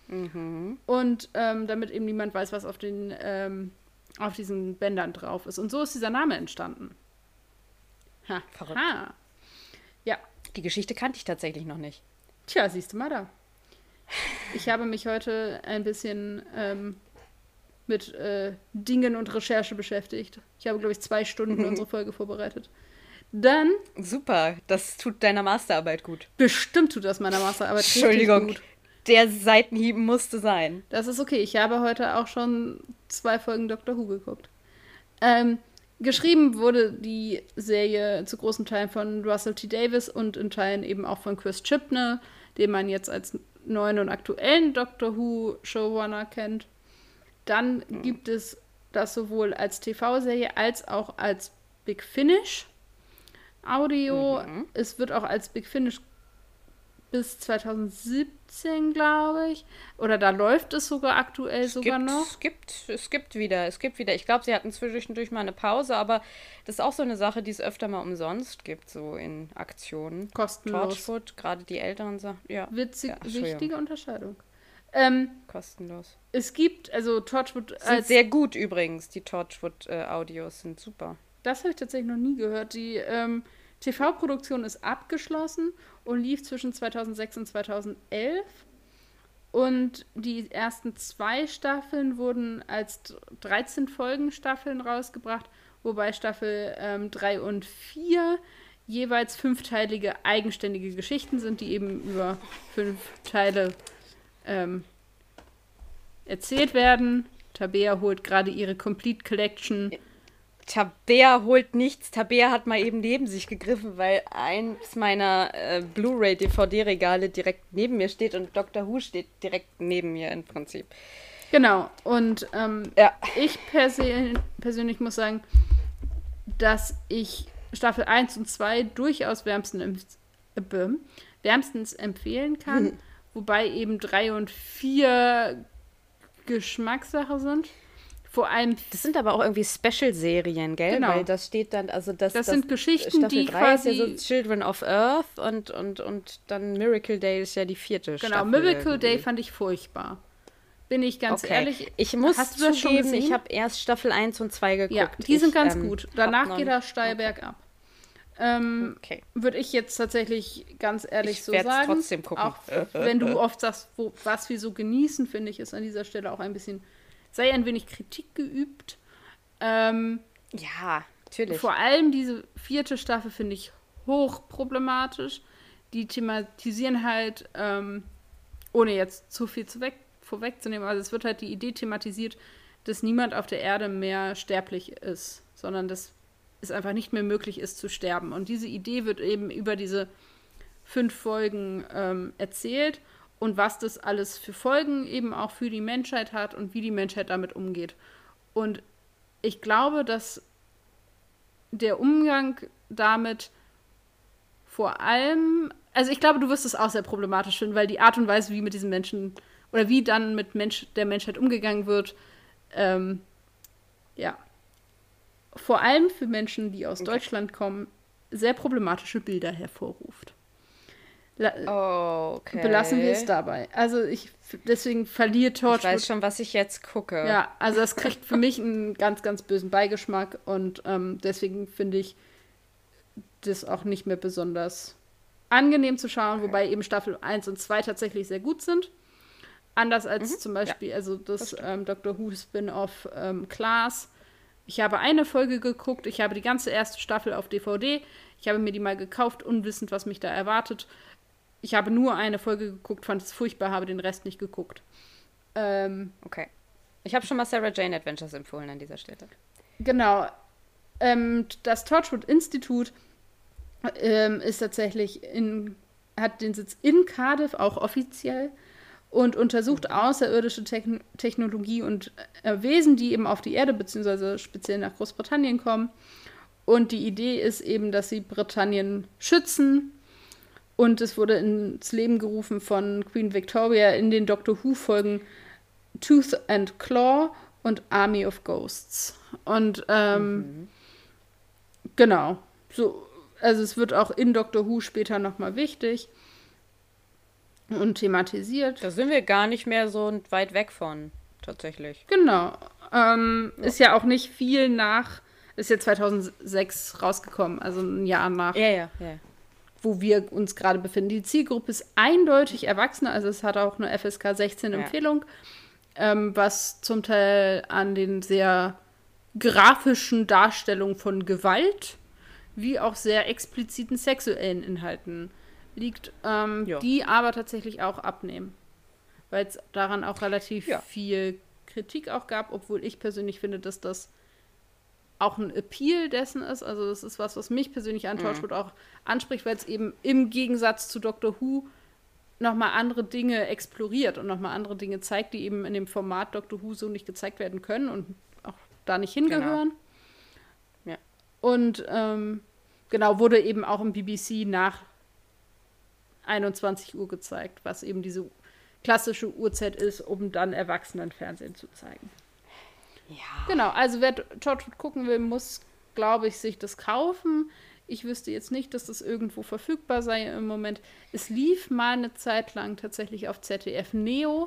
Und damit eben niemand weiß, was auf diesen Bändern drauf ist. Und so ist dieser Name entstanden.
Verrückt.
Ja.
Die Geschichte kannte ich tatsächlich noch nicht.
Tja, siehst du mal da. Ich habe mich heute ein bisschen mit Dingen und Recherche beschäftigt. Ich habe, glaube ich, 2 Stunden unsere Folge vorbereitet. Dann...
Super, das tut deiner Masterarbeit gut.
Bestimmt tut das meiner Masterarbeit richtig
Entschuldigung,
gut.
Der Seitenhieb musste sein.
Das ist okay. Ich habe heute auch schon 2 Folgen Doctor Who geguckt. Geschrieben wurde die Serie zu großen Teilen von Russell T. Davies und in Teilen eben auch von Chris Chibnall, den man jetzt als neuen und aktuellen Doctor Who Showrunner kennt. Dann gibt es das sowohl als TV-Serie als auch als Big Finish Audio. Es wird auch als Big Finish bis 2017, glaube ich. Oder da läuft es sogar aktuell noch.
Es gibt wieder. Ich glaube, sie hatten zwischendurch mal eine Pause, aber das ist auch so eine Sache, die es öfter mal umsonst gibt, so in Aktionen.
Kostenlos.
Torchwood, gerade die älteren Sachen. Ja.
Wichtige Unterscheidung.
Kostenlos.
Es gibt, also Torchwood...
Sind sehr gut übrigens, die Torchwood-Audios sind super.
Das habe ich tatsächlich noch nie gehört. Die TV-Produktion ist abgeschlossen und lief zwischen 2006 und 2011. Und die ersten 2 Staffeln wurden als 13-Folgen-Staffeln rausgebracht, wobei Staffel 3 und 4 jeweils 5-teilige eigenständige Geschichten sind, die eben über 5 Teile erzählt werden. Tabea holt gerade ihre Complete Collection.
Tabea holt nichts. Tabea hat mal eben neben sich gegriffen, weil eins meiner Blu-ray-DVD-Regale direkt neben mir steht und Doctor Who steht direkt neben mir im Prinzip.
Genau. Und ich persönlich muss sagen, dass ich Staffel 1 und 2 durchaus wärmstens empfehlen kann. Wobei eben 3 und 4 Geschmackssache sind. Vor allem...
Das sind aber auch irgendwie Special-Serien, gell?
Genau.
Weil das steht dann, also das
sind Geschichten,
Staffel
die
3
quasi...
ist ja so Children of Earth und dann Miracle Day ist ja die 4. Staffel.
Genau, Miracle Day fand ich furchtbar. Bin ich ganz ehrlich.
Ich muss
hast du das schon gesehen?
Ich habe erst Staffel 1 und 2 geguckt.
Ja, die sind ganz gut. Danach geht das steil bergab. Würde ich jetzt tatsächlich ganz ehrlich so sagen. Ich werde
trotzdem gucken.
Auch wenn du oft sagst, was wir so genießen, finde ich, ist an dieser Stelle auch ein ein wenig Kritik geübt.
Ja, natürlich.
Vor allem diese 4. Staffel finde ich hochproblematisch. Die thematisieren halt, ohne jetzt zu viel vorwegzunehmen, also es wird halt die Idee thematisiert, dass niemand auf der Erde mehr sterblich ist, sondern dass es einfach nicht mehr möglich ist zu sterben. Und diese Idee wird eben über diese 5 Folgen erzählt und was das alles für Folgen eben auch für die Menschheit hat und wie die Menschheit damit umgeht. Und ich glaube, dass der Umgang damit vor allem, also ich glaube, du wirst es auch sehr problematisch finden, weil die Art und Weise, wie mit diesen Menschen oder wie dann mit der Menschheit umgegangen wird, vor allem für Menschen, die aus Deutschland kommen, sehr problematische Bilder hervorruft. Belassen wir es dabei. Also deswegen verliert Torchwood.
Ich weiß schon, was ich jetzt gucke.
Ja, also es kriegt für mich einen ganz, ganz bösen Beigeschmack und deswegen finde ich das auch nicht mehr besonders angenehm zu schauen, wobei eben Staffel 1 und 2 tatsächlich sehr gut sind. Anders als zum Beispiel das Doctor Who Spin-off Class. Ich habe eine Folge geguckt, ich habe die ganze erste Staffel auf DVD, ich habe mir die mal gekauft, unwissend, was mich da erwartet. Ich habe nur eine Folge geguckt, fand es furchtbar, habe den Rest nicht geguckt.
Okay. Ich habe schon mal Sarah Jane Adventures empfohlen an dieser Stelle.
Genau. Das Torchwood Institute ist tatsächlich hat den Sitz in Cardiff, auch offiziell, und untersucht außerirdische Technologie und Wesen, die eben auf die Erde bzw. speziell nach Großbritannien kommen. Und die Idee ist eben, dass sie Britannien schützen. Und es wurde ins Leben gerufen von Queen Victoria in den Doctor Who-Folgen Tooth and Claw und Army of Ghosts. Und genau, so, also es wird auch in Doctor Who später nochmal wichtig. und thematisiert.
Da sind wir gar nicht mehr so weit weg von, tatsächlich.
Genau. Ist ja auch nicht viel ist ja 2006 rausgekommen, also ein Jahr nach,
Ja.
wo wir uns gerade befinden. Die Zielgruppe ist eindeutig Erwachsene, also es hat auch eine FSK 16 Empfehlung, was zum Teil an den sehr grafischen Darstellungen von Gewalt wie auch sehr expliziten sexuellen Inhalten liegt, die aber tatsächlich auch abnehmen. Weil es daran auch relativ viel Kritik auch gab, obwohl ich persönlich finde, dass das auch ein Appeal dessen ist. Also das ist was mich persönlich an Torchwood auch anspricht, weil es eben im Gegensatz zu Doctor Who nochmal andere Dinge exploriert und nochmal andere Dinge zeigt, die eben in dem Format Doctor Who so nicht gezeigt werden können und auch da nicht hingehören.
Genau. Ja.
Und genau, wurde eben auch im BBC nach 21 Uhr gezeigt, was eben diese klassische Uhrzeit ist, um dann Erwachsenenfernsehen zu zeigen.
Ja.
Genau, also wer Torchwood gucken will, muss, glaube ich, sich das kaufen. Ich wüsste jetzt nicht, dass das irgendwo verfügbar sei im Moment. Es lief mal eine Zeit lang tatsächlich auf ZDF Neo.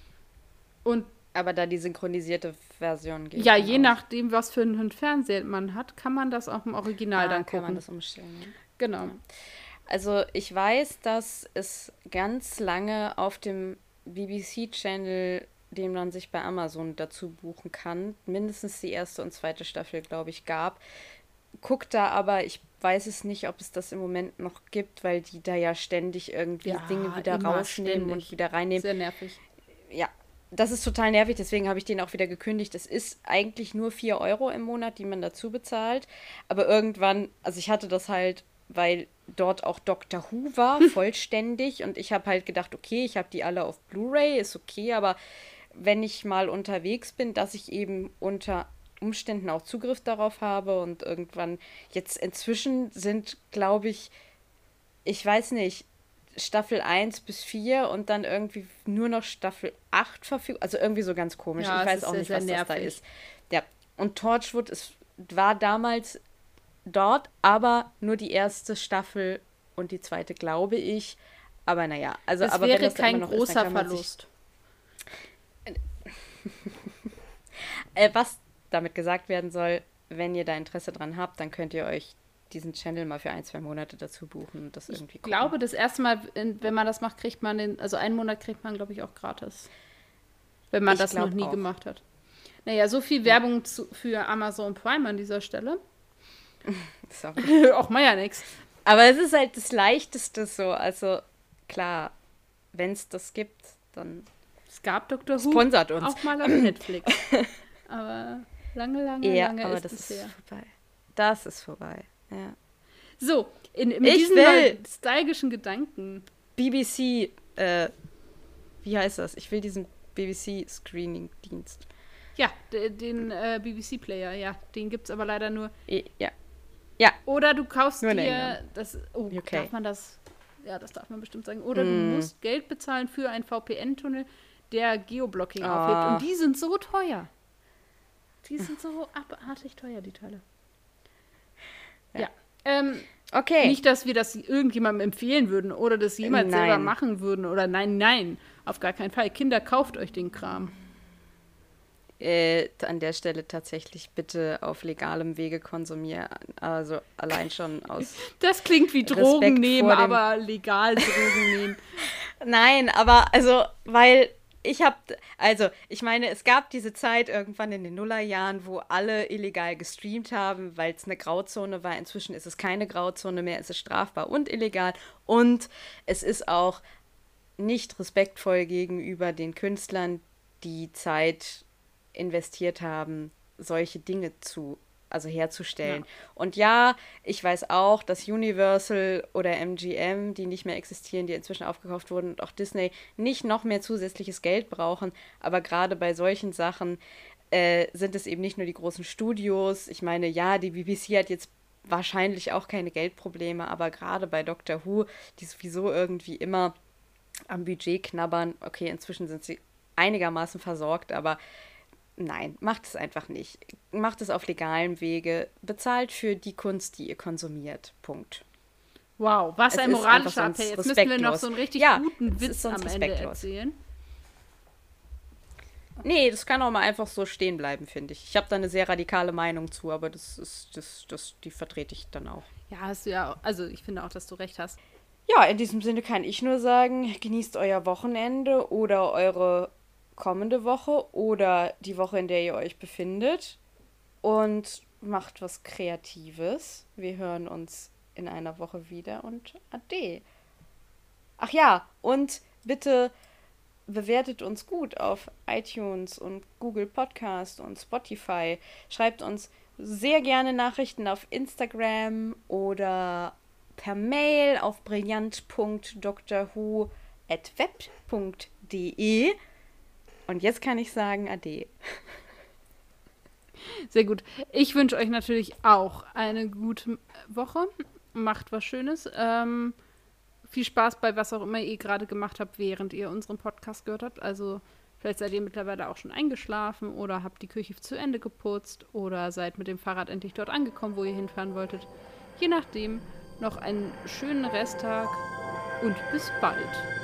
Aber da die synchronisierte Version geht.
Ja, je nachdem, was für einen Fernseher man hat, kann man das auch im Original dann gucken.
Kann man das umstellen. Ja.
Genau.
Ja. Also ich weiß, dass es ganz lange auf dem BBC-Channel, den man sich bei Amazon dazu buchen kann, mindestens die erste und zweite Staffel, glaube ich, gab. Guckt da aber, ich weiß es nicht, ob es das im Moment noch gibt, weil die da ja ständig irgendwie Dinge wieder rausnehmen und wieder reinnehmen.
Sehr nervig.
Ja, das ist total nervig, deswegen habe ich den auch wieder gekündigt. Es ist eigentlich nur 4 Euro im Monat, die man dazu bezahlt. Aber irgendwann, also ich hatte das halt, weil dort auch Doctor Who war, vollständig. Und ich habe halt gedacht, okay, ich habe die alle auf Blu-ray, ist okay, aber wenn ich mal unterwegs bin, dass ich eben unter Umständen auch Zugriff darauf habe und irgendwann, jetzt inzwischen sind, glaube ich weiß nicht, Staffel 1 bis 4 und dann irgendwie nur noch Staffel 8 verfügbar. Also irgendwie so ganz komisch.
Ja,
ich weiß auch nicht, was das da ist. Ja, und Torchwood war damals dort, aber nur die erste Staffel und die zweite, glaube ich. Aber naja, also
es
aber
wäre
wenn das
kein
immer noch
großer
ist, dann
Verlust.
Was damit gesagt werden soll, wenn ihr da Interesse dran habt, dann könnt ihr euch diesen Channel mal für 1-2 Monate dazu buchen und das irgendwie gucken.
Ich glaube, das erste Mal, wenn man das macht, kriegt man also einen Monat kriegt man, glaube ich, auch gratis. Wenn man das noch nie gemacht hat. Naja, so viel Werbung für Amazon Prime an dieser Stelle.
Sorry.
Auch mal ja nix.
Aber es ist halt das Leichteste so. Also klar, wenn es das gibt, dann
es gab Dr. Who
sponsert uns.
Auch mal auf Netflix. Aber lange
aber
ist
das
es
ist
her.
vorbei. Das ist vorbei. Ja.
So, mit diesen nostalgischen Gedanken.
BBC, wie heißt das? Ich will diesen BBC-Screening-Dienst.
Ja, den BBC-Player, ja. Den gibt's aber leider nur.
Ja.
Oder du kaufst
nur
dir das. Oh,
UK.
Darf man das? Ja, das darf man bestimmt sagen. Oder du musst Geld bezahlen für einen VPN-Tunnel, der Geoblocking aufhebt. Und die sind so teuer. Die sind so abartig teuer, die Teile. Ja.
Okay.
Nicht, dass wir das irgendjemandem empfehlen würden oder das jemals selber machen würden. Oder nein. Auf gar keinen Fall. Kinder, kauft euch den Kram.
An der Stelle tatsächlich bitte auf legalem Wege konsumieren. Also allein schon aus.
Das klingt wie Drogen nehmen, aber legal Drogen nehmen.
Nein, aber also, weil ich meine, es gab diese Zeit irgendwann in den Nullerjahren, wo alle illegal gestreamt haben, weil es eine Grauzone war. Inzwischen ist es keine Grauzone mehr, es ist strafbar und illegal. Und es ist auch nicht respektvoll gegenüber den Künstlern, die Zeit investiert haben, solche Dinge herzustellen. Ja. Und ja, ich weiß auch, dass Universal oder MGM, die nicht mehr existieren, die inzwischen aufgekauft wurden, und auch Disney nicht noch mehr zusätzliches Geld brauchen. Aber gerade bei solchen Sachen sind es eben nicht nur die großen Studios. Ich meine, ja, die BBC hat jetzt wahrscheinlich auch keine Geldprobleme, aber gerade bei Doctor Who, die sowieso irgendwie immer am Budget knabbern. Okay, inzwischen sind sie einigermaßen versorgt, aber nein, macht es einfach nicht. Macht es auf legalem Wege. Bezahlt für die Kunst, die ihr konsumiert. Punkt.
Wow, was ein moralischer Appell. Jetzt müssen wir noch so einen richtig guten Witz am Ende erzählen.
Nee, das kann auch mal einfach so stehen bleiben, finde ich. Ich habe da eine sehr radikale Meinung zu, aber die vertrete ich dann auch.
Ja, hast du ja, also ich finde auch, dass du recht hast.
Ja, in diesem Sinne kann ich nur sagen, genießt euer Wochenende oder eure kommende Woche oder die Woche, in der ihr euch befindet und macht was Kreatives. Wir hören uns in einer Woche wieder und ade. Ach ja, und bitte bewertet uns gut auf iTunes und Google Podcast und Spotify. Schreibt uns sehr gerne Nachrichten auf Instagram oder per Mail auf brillant.drwho@web.de. Und jetzt kann ich sagen, ade.
Sehr gut. Ich wünsche euch natürlich auch eine gute Woche. Macht was Schönes. Viel Spaß bei was auch immer ihr gerade gemacht habt, während ihr unseren Podcast gehört habt. Also vielleicht seid ihr mittlerweile auch schon eingeschlafen oder habt die Küche zu Ende geputzt oder seid mit dem Fahrrad endlich dort angekommen, wo ihr hinfahren wolltet. Je nachdem, noch einen schönen Resttag und bis bald.